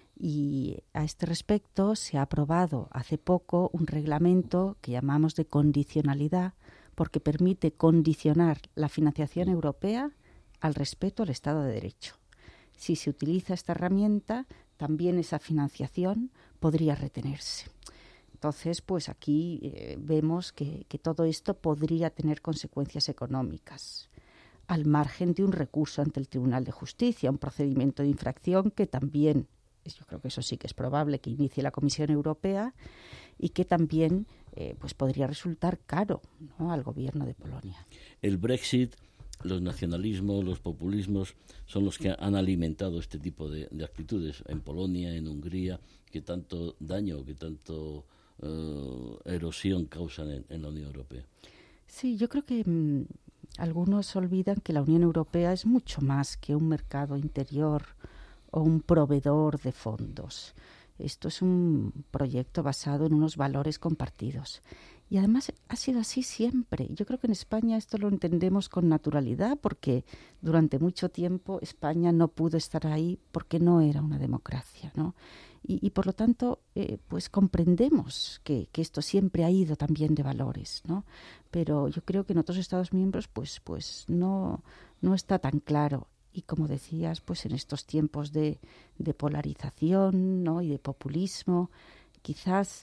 Y a este respecto se ha aprobado hace poco un reglamento que llamamos de condicionalidad porque permite condicionar la financiación europea al respeto al Estado de Derecho. Si se utiliza esta herramienta, también esa financiación podría retenerse. Entonces, pues aquí vemos que todo esto podría tener consecuencias económicas, al margen de un recurso ante el Tribunal de Justicia, un procedimiento de infracción que también yo creo que eso sí que es probable que inicie la Comisión Europea y que también pues podría resultar caro, ¿no?, al gobierno de Polonia. El Brexit, los nacionalismos, los populismos son los que han alimentado este tipo de actitudes en Polonia, en Hungría, que tanto daño, que tanto erosión causan en la Unión Europea. Sí, yo creo que algunos olvidan que la Unión Europea es mucho más que un mercado interior o un proveedor de fondos. Esto es un proyecto basado en unos valores compartidos. Y además ha sido así siempre. Yo creo que en España esto lo entendemos con naturalidad porque durante mucho tiempo España no pudo estar ahí porque no era una democracia, ¿no? Y por lo tanto, pues comprendemos que esto siempre ha ido también de valores, ¿no? Pero yo creo que en otros Estados miembros pues no está tan claro. Y como decías, pues en estos tiempos de polarización, ¿no?, y de populismo, quizás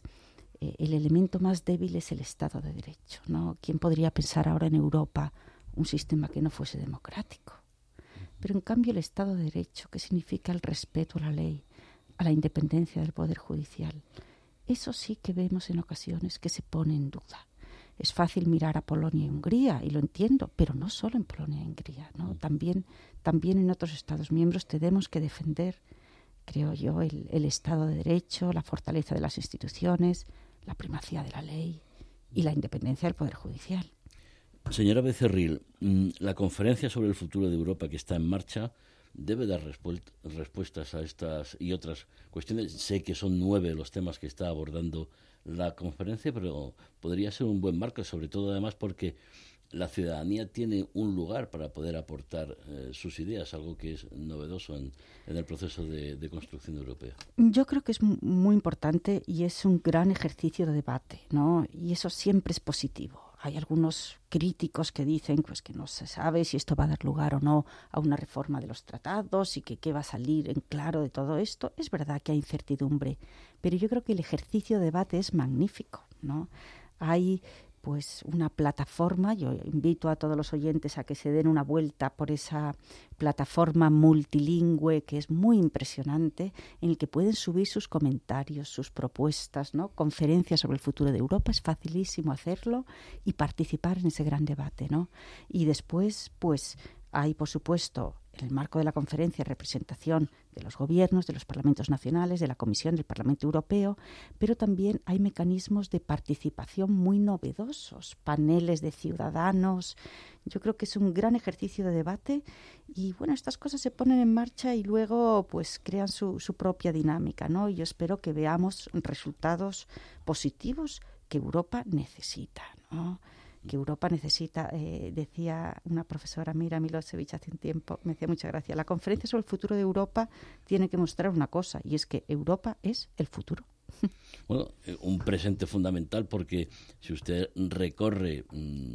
el elemento más débil es el Estado de Derecho, ¿no? ¿Quién podría pensar ahora en Europa un sistema que no fuese democrático? Pero en cambio el Estado de Derecho, que significa el respeto a la ley, a la independencia del Poder Judicial, eso sí que vemos en ocasiones que se pone en duda. Es fácil mirar a Polonia y Hungría, y lo entiendo, pero no solo en Polonia y Hungría, ¿no? También en otros Estados miembros tenemos que defender, creo yo, el Estado de Derecho, la fortaleza de las instituciones, la primacía de la ley y la independencia del Poder Judicial. Señora Becerril, la conferencia sobre el futuro de Europa que está en marcha debe dar respuestas a estas y otras cuestiones. Sé que son 9 los temas que está abordando la conferencia, pero podría ser un buen marco, sobre todo además porque la ciudadanía tiene un lugar para poder aportar sus ideas, algo que es novedoso en el proceso de construcción europea. Yo creo que es muy importante y es un gran ejercicio de debate, ¿no? Y eso siempre es positivo. Hay algunos críticos que dicen pues que no se sabe si esto va a dar lugar o no a una reforma de los tratados y que qué va a salir en claro de todo esto. Es verdad que hay incertidumbre, pero yo creo que el ejercicio de debate es magnífico, ¿no? Hay pues una plataforma, yo invito a todos los oyentes a que se den una vuelta por esa plataforma multilingüe que es muy impresionante, en el que pueden subir sus comentarios, sus propuestas, ¿no? Conferencias sobre el futuro de Europa, es facilísimo hacerlo y participar en ese gran debate, ¿no? Y después, pues hay, por supuesto, en el marco de la conferencia, representación de los gobiernos, de los parlamentos nacionales, de la Comisión, del Parlamento Europeo, pero también hay mecanismos de participación muy novedosos, paneles de ciudadanos. Yo creo que es un gran ejercicio de debate y, bueno, estas cosas se ponen en marcha y luego pues crean su propia dinámica, ¿no? Y yo espero que veamos resultados positivos que Europa necesita, ¿no? Que Europa necesita, decía una profesora, Mira Milosevic, hace un tiempo, me hacía mucha gracia, la conferencia sobre el futuro de Europa tiene que mostrar una cosa, y es que Europa es el futuro. Bueno, un presente fundamental porque si usted recorre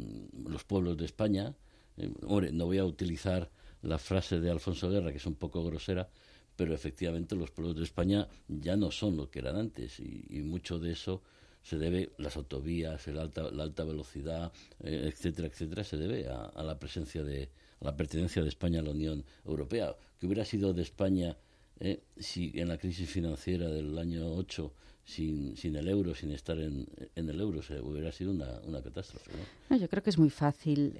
los pueblos de España, hombre, no voy a utilizar la frase de Alfonso Guerra, que es un poco grosera, pero efectivamente los pueblos de España ya no son lo que eran antes y mucho de eso se debe, las autovías, la alta velocidad, etcétera, etcétera, se debe a la presencia a la pertenencia de España a la Unión Europea. ¿Qué hubiera sido de España si en la crisis financiera del año 8, sin el euro, sin estar en el euro, se hubiera sido una catástrofe, ¿no? No, yo creo que es muy fácil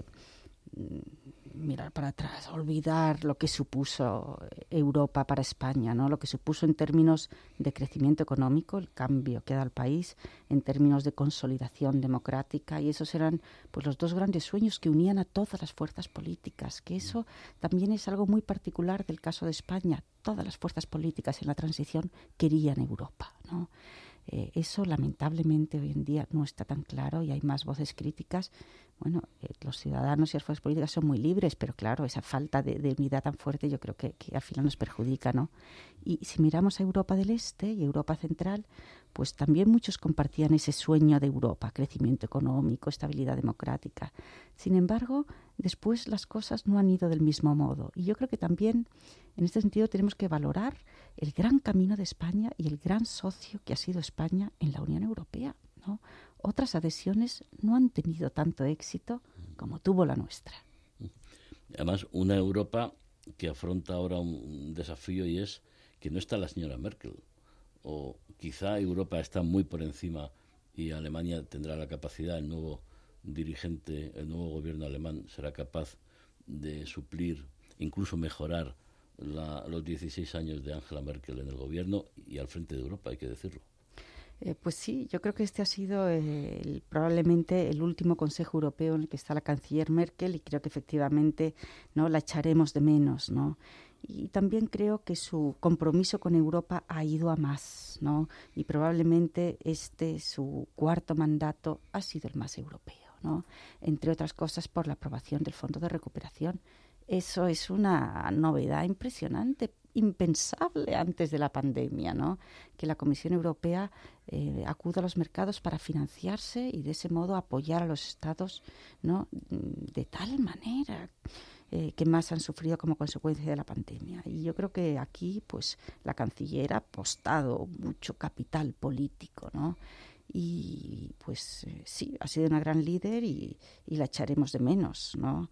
mirar para atrás, olvidar lo que supuso Europa para España, ¿no? Lo que supuso en términos de crecimiento económico, el cambio que da al país, en términos de consolidación democrática, y esos eran pues los dos grandes sueños que unían a todas las fuerzas políticas, que eso también es algo muy particular del caso de España. Todas las fuerzas políticas en la transición querían Europa, ¿no? Eso lamentablemente hoy en día no está tan claro y hay más voces críticas. Bueno, los ciudadanos y las fuerzas políticas son muy libres, pero claro, esa falta de unidad tan fuerte yo creo que al final nos perjudica, ¿no? Y si miramos a Europa del Este y Europa Central, pues también muchos compartían ese sueño de Europa, crecimiento económico, estabilidad democrática. Sin embargo, después las cosas no han ido del mismo modo. Y yo creo que también, en este sentido, tenemos que valorar el gran camino de España y el gran socio que ha sido España en la Unión Europea, ¿no? Otras adhesiones no han tenido tanto éxito como tuvo la nuestra. Además, una Europa que afronta ahora un desafío y es que no está la señora Merkel. O quizá Europa está muy por encima y Alemania tendrá la capacidad, el nuevo dirigente, el nuevo gobierno alemán será capaz de suplir, incluso mejorar los 16 años de Angela Merkel en el gobierno y al frente de Europa, hay que decirlo. Pues sí, yo creo que este ha sido probablemente el último Consejo Europeo en el que está la canciller Merkel, y creo que efectivamente no la echaremos de menos, ¿no? Y también creo que su compromiso con Europa ha ido a más, ¿no? Y probablemente su cuarto mandato ha sido el más europeo, ¿no? Entre otras cosas por la aprobación del Fondo de Recuperación. Eso es una novedad impresionante, impensable antes de la pandemia, ¿no? Que la Comisión Europea acuda a los mercados para financiarse y de ese modo apoyar a los estados, ¿no? De tal manera que más han sufrido como consecuencia de la pandemia. Y yo creo que aquí, pues, la canciller ha apostado mucho capital político, ¿no? Y pues sí, ha sido una gran líder y la echaremos de menos, ¿no?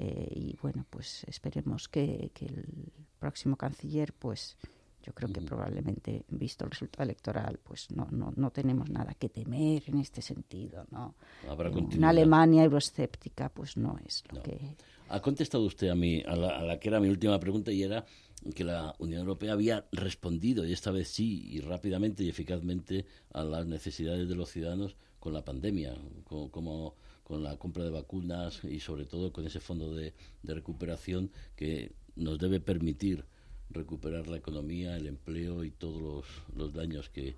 Y bueno, pues esperemos que el próximo canciller, pues yo creo que probablemente, visto el resultado electoral, pues no tenemos nada que temer en este sentido, ¿no? Una Alemania euroescéptica, pues no es lo que... Ha contestado usted a la que era mi última pregunta, y era que la Unión Europea había respondido, y esta vez sí, y rápidamente y eficazmente, a las necesidades de los ciudadanos con la pandemia, como con la compra de vacunas y sobre todo con ese fondo de recuperación que nos debe permitir recuperar la economía, el empleo y todos los daños que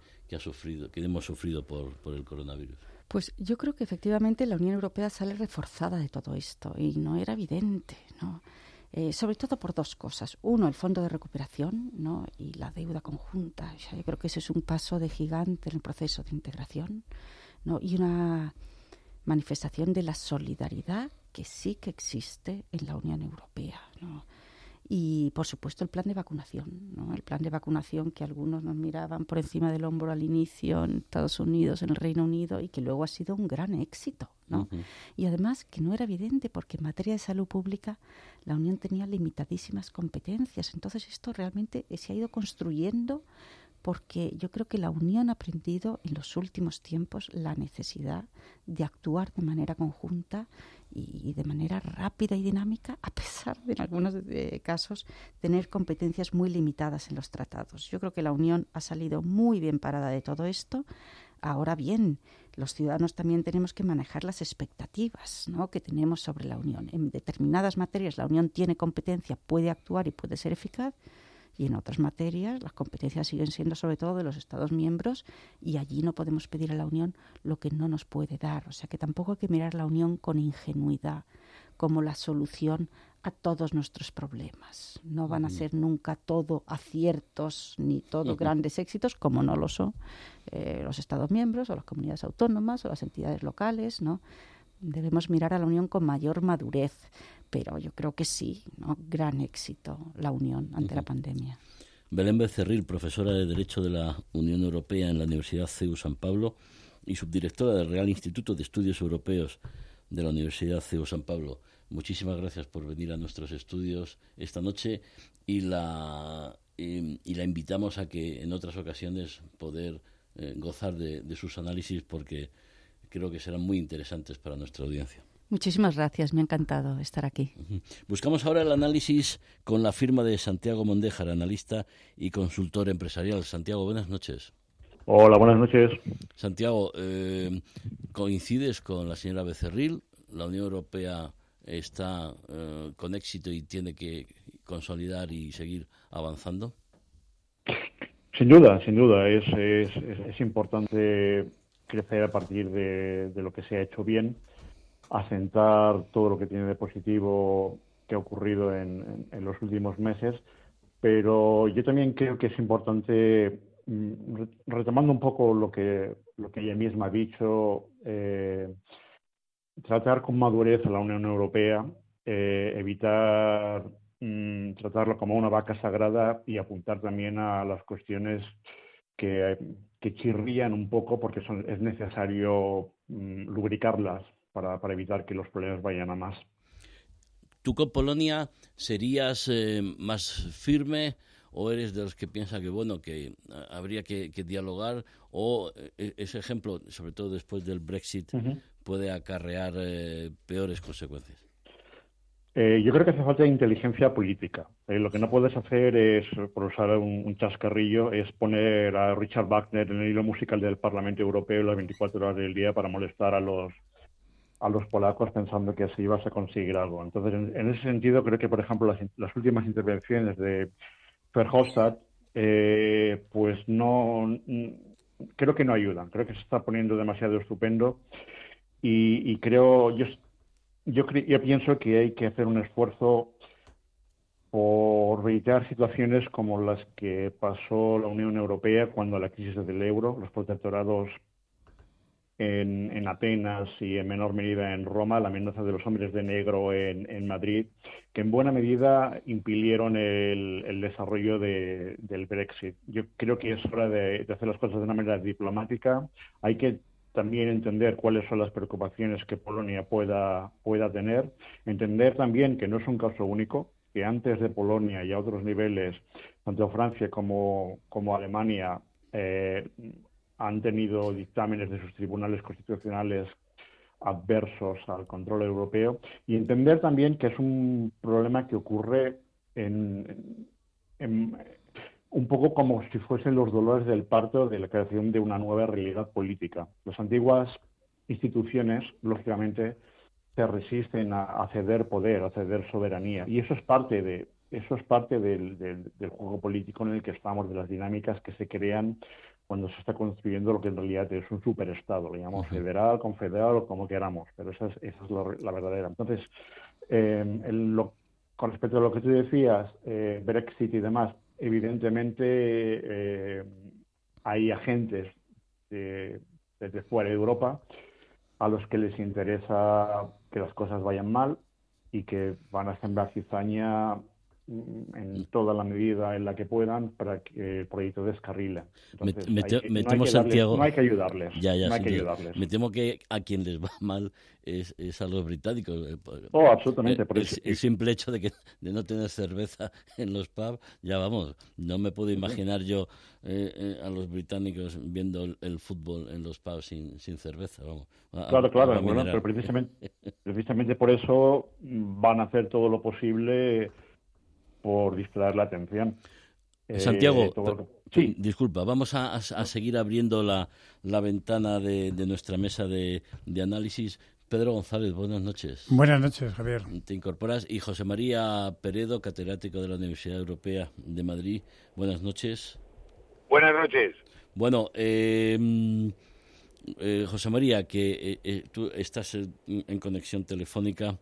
hemos sufrido por el coronavirus. Pues yo creo que efectivamente la Unión Europea sale reforzada de todo esto y no era evidente, ¿no? Sobre todo por dos cosas. Uno, el fondo de recuperación, ¿no? Y la deuda conjunta. O sea, yo creo que ese es un paso de gigante en el proceso de integración, ¿no? Y una manifestación de la solidaridad que sí que existe en la Unión Europea, ¿no? Y, por supuesto, el plan de vacunación, ¿no? El plan de vacunación que algunos nos miraban por encima del hombro al inicio en Estados Unidos, en el Reino Unido, y que luego ha sido un gran éxito, ¿no? Uh-huh. Y además que no era evidente porque en materia de salud pública la Unión tenía limitadísimas competencias. Entonces esto realmente se ha ido construyendo porque yo creo que la Unión ha aprendido en los últimos tiempos la necesidad de actuar de manera conjunta y de manera rápida y dinámica, a pesar de en algunos casos tener competencias muy limitadas en los tratados. Yo creo que la Unión ha salido muy bien parada de todo esto. Ahora bien, los ciudadanos también tenemos que manejar las expectativas, ¿no?, que tenemos sobre la Unión. En determinadas materias la Unión tiene competencia, puede actuar y puede ser eficaz, y en otras materias las competencias siguen siendo sobre todo de los Estados miembros y allí no podemos pedir a la Unión lo que no nos puede dar. O sea que tampoco hay que mirar la Unión con ingenuidad como la solución a todos nuestros problemas. No van a ser nunca todo aciertos ni todo grandes éxitos, como no lo son los Estados miembros o las comunidades autónomas o las entidades locales, ¿no? Debemos mirar a la Unión con mayor madurez, pero yo creo que sí, ¿no? Gran éxito la Unión ante la pandemia. Belén Becerril, profesora de Derecho de la Unión Europea en la Universidad CEU San Pablo y subdirectora del Real Instituto de Estudios Europeos de la Universidad CEU San Pablo. Muchísimas gracias por venir a nuestros estudios esta noche y la invitamos a que en otras ocasiones poder gozar de sus análisis, porque creo que serán muy interesantes para nuestra audiencia. Muchísimas gracias, me ha encantado estar aquí. Buscamos ahora el análisis con la firma de Santiago Mondéjar, analista y consultor empresarial. Santiago, buenas noches. Hola, buenas noches. Santiago, ¿coincides con la señora Becerril? La Unión Europea está con éxito y tiene que consolidar y seguir avanzando. Sin duda. Es importante crecer a partir de lo que se ha hecho bien, asentar todo lo que tiene de positivo que ha ocurrido en los últimos meses, pero yo también creo que es importante, retomando un poco lo que ella misma ha dicho, tratar con madurez a la Unión Europea, evitar tratarlo como una vaca sagrada y apuntar también a las cuestiones que chirrían un poco, porque es necesario lubricarlas para evitar que los problemas vayan a más. ¿Tú con Polonia serías más firme o eres de los que piensa que bueno, que habría que dialogar, o ese ejemplo, sobre todo después del Brexit, puede acarrear peores consecuencias? Yo creo que hace falta inteligencia política. Lo que no puedes hacer es, por usar un chascarrillo, es poner a Richard Wagner en el hilo musical del Parlamento Europeo las 24 horas del día para molestar a los polacos pensando que así ibas a conseguir algo. Entonces, en ese sentido, creo que, por ejemplo, las últimas intervenciones de Verhofstadt, pues no, creo que no ayudan. Creo que se está poniendo demasiado estupendo y creo, yo pienso que hay que hacer un esfuerzo por evitar situaciones como las que pasó la Unión Europea cuando la crisis del euro, los protectorados en Atenas y en menor medida en Roma, la amenaza de los hombres de negro en Madrid, que en buena medida impidieron el desarrollo del Brexit. Yo creo que es hora de hacer las cosas de una manera diplomática. Hay que también entender cuáles son las preocupaciones que Polonia pueda tener, entender también que no es un caso único, que antes de Polonia y a otros niveles, tanto Francia como Alemania han tenido dictámenes de sus tribunales constitucionales adversos al control europeo, y entender también que es un problema que ocurre un poco como si fuesen los dolores del parto de la creación de una nueva realidad política. Las antiguas instituciones, lógicamente, se resisten a ceder poder, a ceder soberanía, y eso es parte del juego político en el que estamos, de las dinámicas que se crean cuando se está construyendo lo que en realidad es un superestado, lo llamamos federal, confederal o como queramos, pero esa es la verdadera. Entonces, con respecto a lo que tú decías, Brexit y demás, evidentemente hay agentes desde fuera de Europa a los que les interesa que las cosas vayan mal y que van a sembrar cizaña en toda la medida en la que puedan para que el proyecto descarrile. Entonces, no hay que ayudarles. Me temo que a quien les va mal es a los británicos. Absolutamente. El simple hecho de no tener cerveza en los pubs, ya vamos, no me puedo imaginar yo a los británicos viendo el fútbol en los pubs sin cerveza. Vamos. Claro, bueno, pero precisamente por eso van a hacer todo lo posible por distraer la atención. Santiago, sí. Disculpa, vamos a seguir abriendo la ventana de nuestra mesa de análisis. Pedro González, buenas noches. Buenas noches, Javier. Te incorporas. Y José María Peredo, catedrático de la Universidad Europea de Madrid. Buenas noches. Buenas noches. Bueno, José María, que tú estás en conexión telefónica.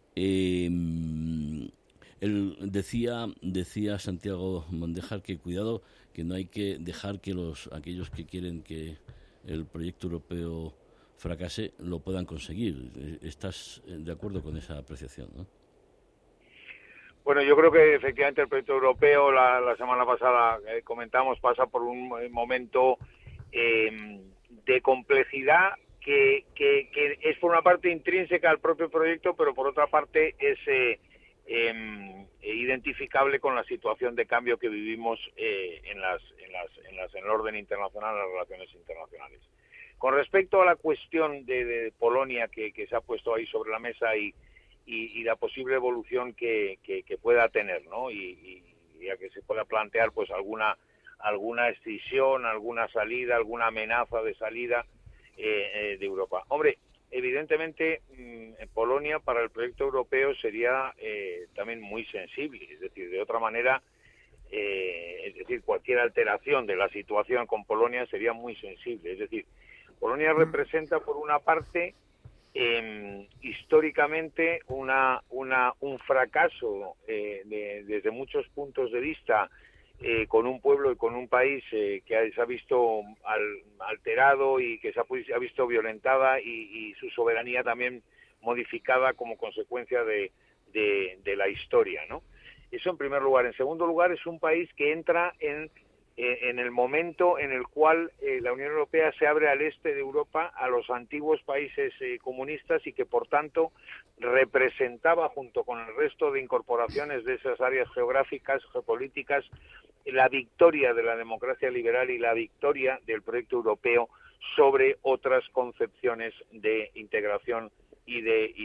Él decía Santiago Mondejar que cuidado, que no hay que dejar que aquellos que quieren que el proyecto europeo fracase lo puedan conseguir. ¿Estás de acuerdo con esa apreciación, no? Bueno, yo creo que efectivamente el proyecto europeo, la semana pasada comentamos, pasa por un momento de complejidad que es por una parte intrínseca al propio proyecto, pero por otra parte es identificable con la situación de cambio que vivimos en el orden internacional, en las relaciones internacionales. Con respecto a la cuestión de Polonia que se ha puesto ahí sobre la mesa y la posible evolución que pueda tener, ¿no? Y a que se pueda plantear pues alguna escisión, alguna salida, alguna amenaza de salida de Europa. Hombre, evidentemente Polonia para el proyecto europeo sería también muy sensible, es decir, de otra manera, cualquier alteración de la situación con Polonia sería muy sensible, es decir, Polonia representa por una parte históricamente un fracaso desde muchos puntos de vista, con un pueblo y con un país que se ha visto alterado y que se ha visto violentada y su soberanía también modificada como consecuencia de la historia, ¿no? Eso en primer lugar. En segundo lugar, es un país que entra en en el momento en el cual la Unión Europea se abre al este de Europa, a los antiguos países comunistas, y que por tanto representaba, junto con el resto de incorporaciones de esas áreas geográficas, geopolíticas, la victoria de la democracia liberal y la victoria del proyecto europeo sobre otras concepciones de integración y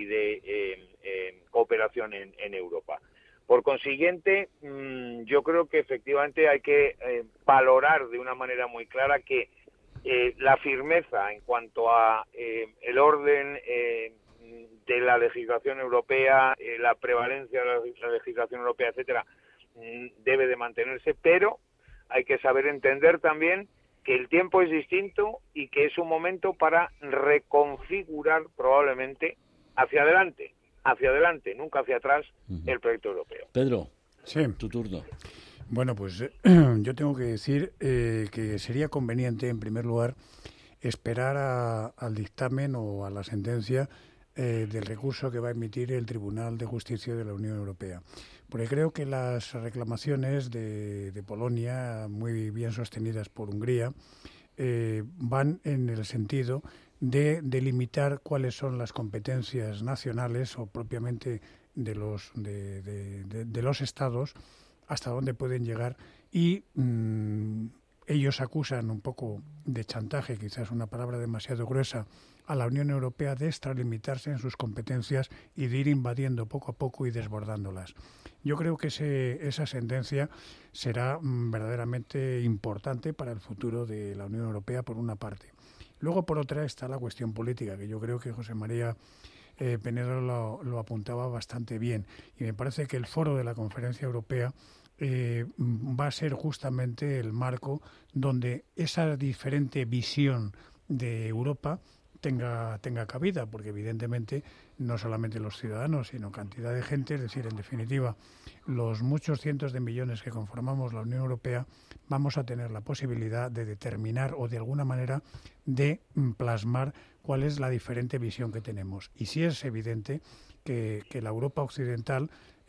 de cooperación en Europa. Por consiguiente, yo creo que efectivamente hay que valorar de una manera muy clara que la firmeza en cuanto a el orden de la legislación europea, la prevalencia de la legislación europea, etcétera, debe de mantenerse, pero hay que saber entender también que el tiempo es distinto y que es un momento para reconfigurar probablemente hacia adelante, nunca hacia atrás, el proyecto europeo. Pedro, sí. Tu turno. Bueno, pues yo tengo que decir que sería conveniente, en primer lugar, esperar al dictamen o a la sentencia del recurso que va a emitir el Tribunal de Justicia de la Unión Europea. Porque creo que las reclamaciones de Polonia, muy bien sostenidas por Hungría, van en el sentido de delimitar cuáles son las competencias nacionales o propiamente de los estados, hasta dónde pueden llegar, y ellos acusan un poco de chantaje, quizás una palabra demasiado gruesa, a la Unión Europea de extralimitarse en sus competencias y de ir invadiendo poco a poco y desbordándolas. Yo creo que esa sentencia será verdaderamente importante para el futuro de la Unión Europea, por una parte. Luego, por otra, está la cuestión política, que yo creo que José María Penedo lo apuntaba bastante bien. Y me parece que el foro de la Conferencia Europea va a ser justamente el marco donde esa diferente visión de Europa tenga cabida, porque evidentemente no solamente los ciudadanos, sino cantidad de gente, es decir, en definitiva, los muchos cientos de millones que conformamos la Unión Europea, vamos a tener la posibilidad de determinar o de alguna manera de plasmar cuál es la diferente visión que tenemos. Y sí es evidente que la Europa occidental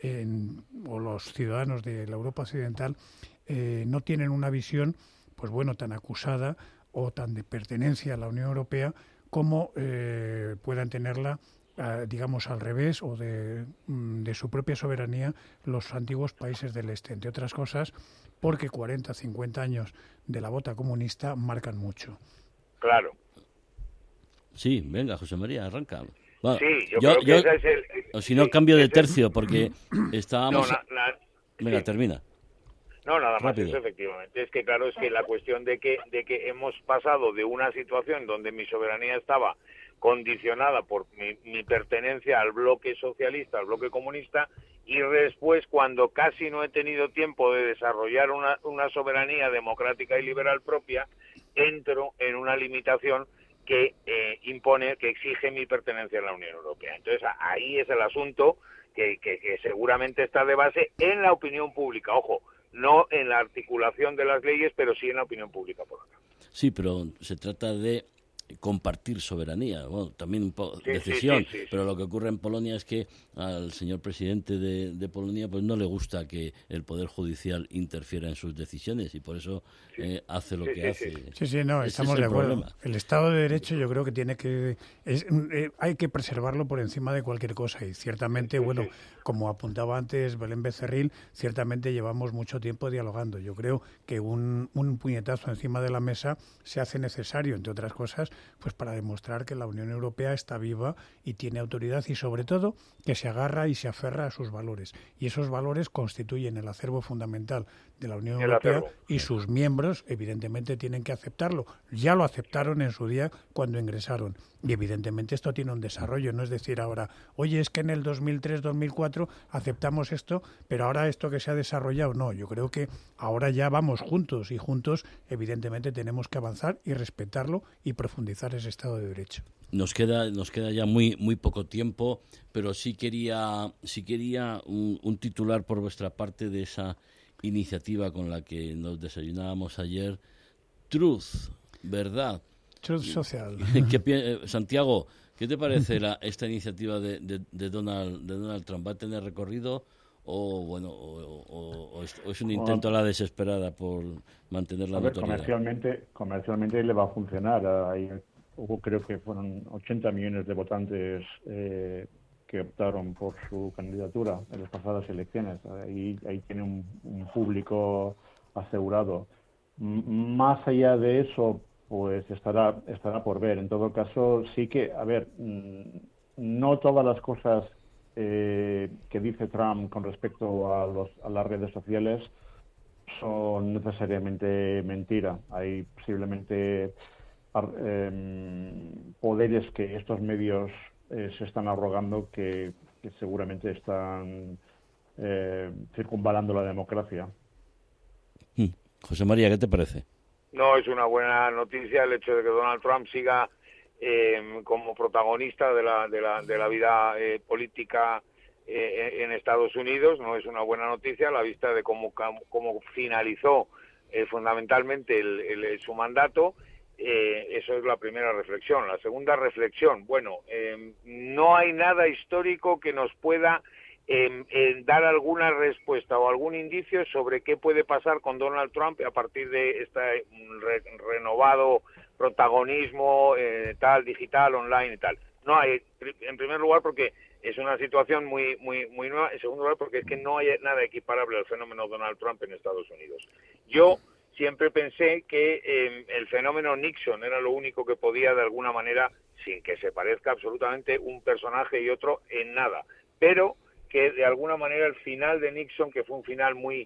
o los ciudadanos de la Europa occidental no tienen una visión, pues bueno, tan acusada o tan de pertenencia a la Unión Europea como puedan tenerla, digamos, al revés o de su propia soberanía los antiguos países del este, entre otras cosas, porque 40, 50 años de la bota comunista marcan mucho. Claro. Sí, venga, José María, arranca. Bueno, sí, yo creo que ese es el... O si no, cambio de tercio, porque estábamos... Venga, sí. Termina. No, nada más Rápido. eso, efectivamente. Es que, claro, es que la cuestión de que hemos pasado de una situación donde mi soberanía estaba condicionada por mi pertenencia al bloque socialista, al bloque comunista, y después, cuando casi no he tenido tiempo de desarrollar una soberanía democrática y liberal propia, entro en una limitación que impone, que exige mi pertenencia a la Unión Europea. Entonces, ahí es el asunto que seguramente está de base en la opinión pública. Ojo, no en la articulación de las leyes, pero sí en la opinión pública, por acá. Sí, pero se trata de compartir soberanía, bueno, también un poco decisión, sí. Pero lo que ocurre en Polonia es que al señor presidente de Polonia pues no le gusta que el Poder Judicial interfiera en sus decisiones y por eso hace lo que hace. Sí, no, estamos de acuerdo. Problema. El Estado de Derecho yo creo que hay que preservarlo por encima de cualquier cosa y ciertamente, bueno, como apuntaba antes Belén Becerril, ciertamente llevamos mucho tiempo dialogando. Yo creo que un puñetazo encima de la mesa se hace necesario, entre otras cosas, pues para demostrar que la Unión Europea está viva y tiene autoridad y sobre todo que se agarra y se aferra a sus valores. Y esos valores constituyen el acervo fundamental de la Unión Europea y sus miembros evidentemente tienen que aceptarlo. Ya lo aceptaron en su día cuando ingresaron. Y evidentemente esto tiene un desarrollo, no es decir ahora, oye, es que en el 2003-2004 aceptamos esto, pero ahora esto que se ha desarrollado, no. Yo creo que ahora ya vamos juntos y juntos evidentemente tenemos que avanzar y respetarlo y profundizar ese Estado de Derecho. Nos queda ya muy poco tiempo, pero sí quería un titular por vuestra parte de esa iniciativa con la que nos desayunábamos ayer, Truth, verdad. Truth Social. Santiago, ¿qué te parece esta iniciativa de Donald Trump? ¿Va a tener recorrido o es un intento a la desesperada por mantener la notoriedad? Comercialmente le va a funcionar. Hubo, creo que fueron 80 millones de votantes que optaron por su candidatura en las pasadas elecciones. Ahí tiene un público asegurado. Más allá de eso, pues estará por ver. En todo caso, sí que, no todas las cosas que dice Trump con respecto a las redes sociales son necesariamente mentira. Hay posiblemente poderes que estos medios se están arrogando que seguramente están circunvalando la democracia. José María, ¿qué te parece? No, es una buena noticia el hecho de que Donald Trump siga como protagonista de la vida política en Estados Unidos. No es una buena noticia a la vista de cómo finalizó fundamentalmente su mandato. Eso es la primera reflexión. La segunda reflexión, no hay nada histórico que nos pueda dar alguna respuesta o algún indicio sobre qué puede pasar con Donald Trump a partir de este renovado protagonismo digital, online y tal. No hay, en primer lugar, porque es una situación muy nueva. En segundo lugar, porque es que no hay nada equiparable al fenómeno Donald Trump en Estados Unidos. Yo siempre pensé que el fenómeno Nixon era lo único que podía, de alguna manera, sin que se parezca absolutamente un personaje y otro en nada, pero que de alguna manera el final de Nixon, que fue un final muy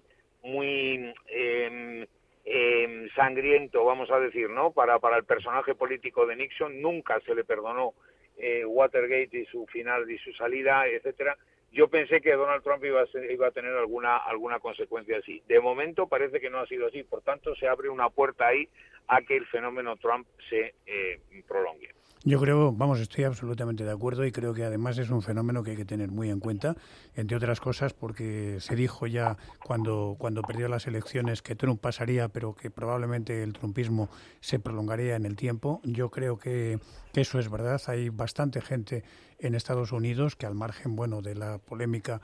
sangriento, vamos a decir, ¿no? Para el personaje político de Nixon, nunca se le perdonó Watergate y su final y su salida, etcétera. Yo pensé que Donald Trump iba a tener alguna consecuencia así. De momento parece que no ha sido así, por tanto se abre una puerta ahí a que el fenómeno Trump se prolongue. Yo creo, estoy absolutamente de acuerdo y creo que además es un fenómeno que hay que tener muy en cuenta, entre otras cosas porque se dijo ya cuando perdió las elecciones que Trump pasaría, pero que probablemente el trumpismo se prolongaría en el tiempo. Yo creo que eso es verdad. Hay bastante gente en Estados Unidos que, al margen de la polémica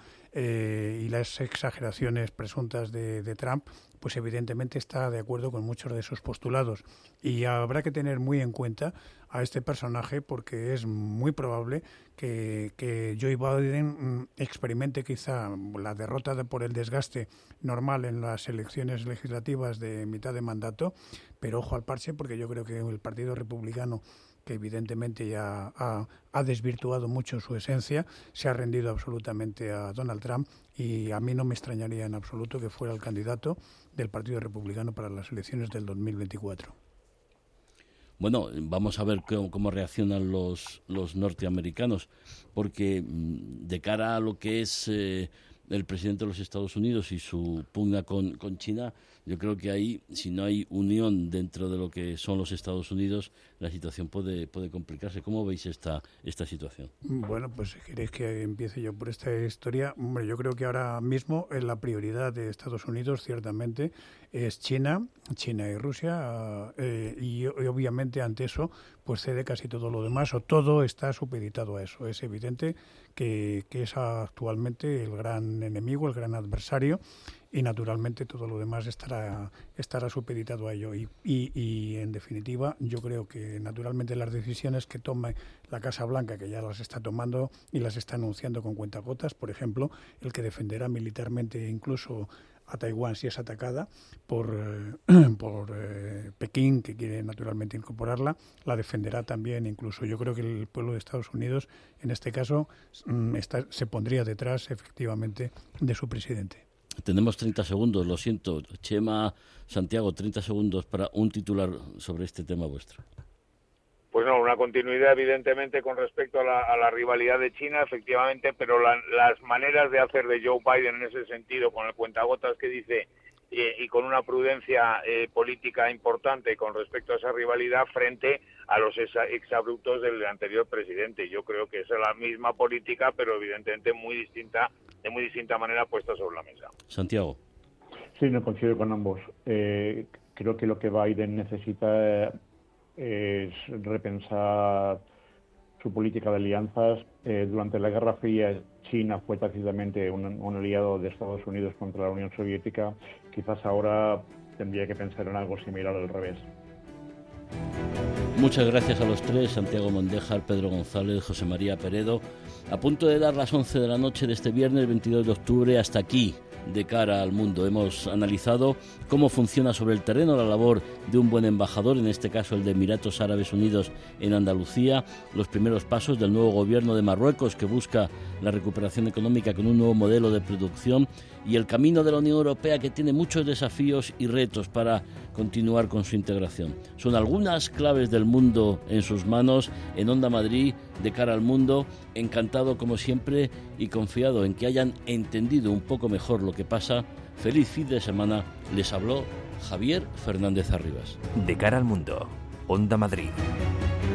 y las exageraciones presuntas de Trump, pues evidentemente está de acuerdo con muchos de sus postulados. Y habrá que tener muy en cuenta a este personaje porque es muy probable que Joe Biden experimente quizá la derrota por el desgaste normal en las elecciones legislativas de mitad de mandato, pero ojo al parche, porque yo creo que el Partido Republicano, que evidentemente ya ha desvirtuado mucho su esencia, se ha rendido absolutamente a Donald Trump, y a mí no me extrañaría en absoluto que fuera el candidato del Partido Republicano para las elecciones del 2024. Bueno, vamos a ver cómo reaccionan los norteamericanos, porque de cara a lo que es el presidente de los Estados Unidos y su pugna con China, yo creo que ahí, si no hay unión dentro de lo que son los Estados Unidos, la situación puede complicarse. ¿Cómo veis esta situación? Bueno, pues si queréis que empiece yo por esta historia, hombre, yo creo que ahora mismo la prioridad de Estados Unidos ciertamente es China y Rusia, y obviamente ante eso pues cede casi todo lo demás, o todo está supeditado a eso. Es evidente que es actualmente el gran enemigo, el gran adversario, y naturalmente todo lo demás estará supeditado a ello. Y en definitiva, yo creo que naturalmente las decisiones que tome la Casa Blanca, que ya las está tomando y las está anunciando con cuentagotas, por ejemplo, el que defenderá militarmente incluso a Taiwán si es atacada por Pekín, que quiere naturalmente incorporarla, la defenderá también. Incluso yo creo que el pueblo de Estados Unidos en este caso se pondría detrás efectivamente de su presidente. Tenemos 30 segundos, lo siento. Chema, Santiago, 30 segundos para un titular sobre este tema vuestro. Pues no, una continuidad evidentemente con respecto a la rivalidad de China, efectivamente, pero las maneras de hacer de Joe Biden en ese sentido, con el cuentagotas que dice y con una prudencia política importante con respecto a esa rivalidad frente a los exabruptos del anterior presidente. Yo creo que es la misma política, pero evidentemente de muy distinta manera puesta sobre la mesa. Santiago. Sí, no coincido con ambos. Creo que lo que Biden necesita es repensar su política de alianzas. Durante la Guerra Fría, China fue tácitamente un aliado de Estados Unidos contra la Unión Soviética. Quizás ahora tendría que pensar en algo similar al revés. Muchas gracias a los tres, Santiago Mondejar, Pedro González, José María Peredo. A punto de dar las 11 de la noche de este viernes 22 de octubre, hasta aquí, de cara al mundo. Hemos analizado cómo funciona sobre el terreno la labor de un buen embajador, en este caso el de Emiratos Árabes Unidos en Andalucía, los primeros pasos del nuevo gobierno de Marruecos que busca la recuperación económica con un nuevo modelo de producción y el camino de la Unión Europea que tiene muchos desafíos y retos para continuar con su integración. Son algunas claves del mundo en sus manos, en Onda Madrid, de cara al mundo. Encantado como siempre y confiado en que hayan entendido un poco mejor lo que pasa. Feliz fin de semana. Les habló Javier Fernández Arribas. De cara al mundo, Onda Madrid.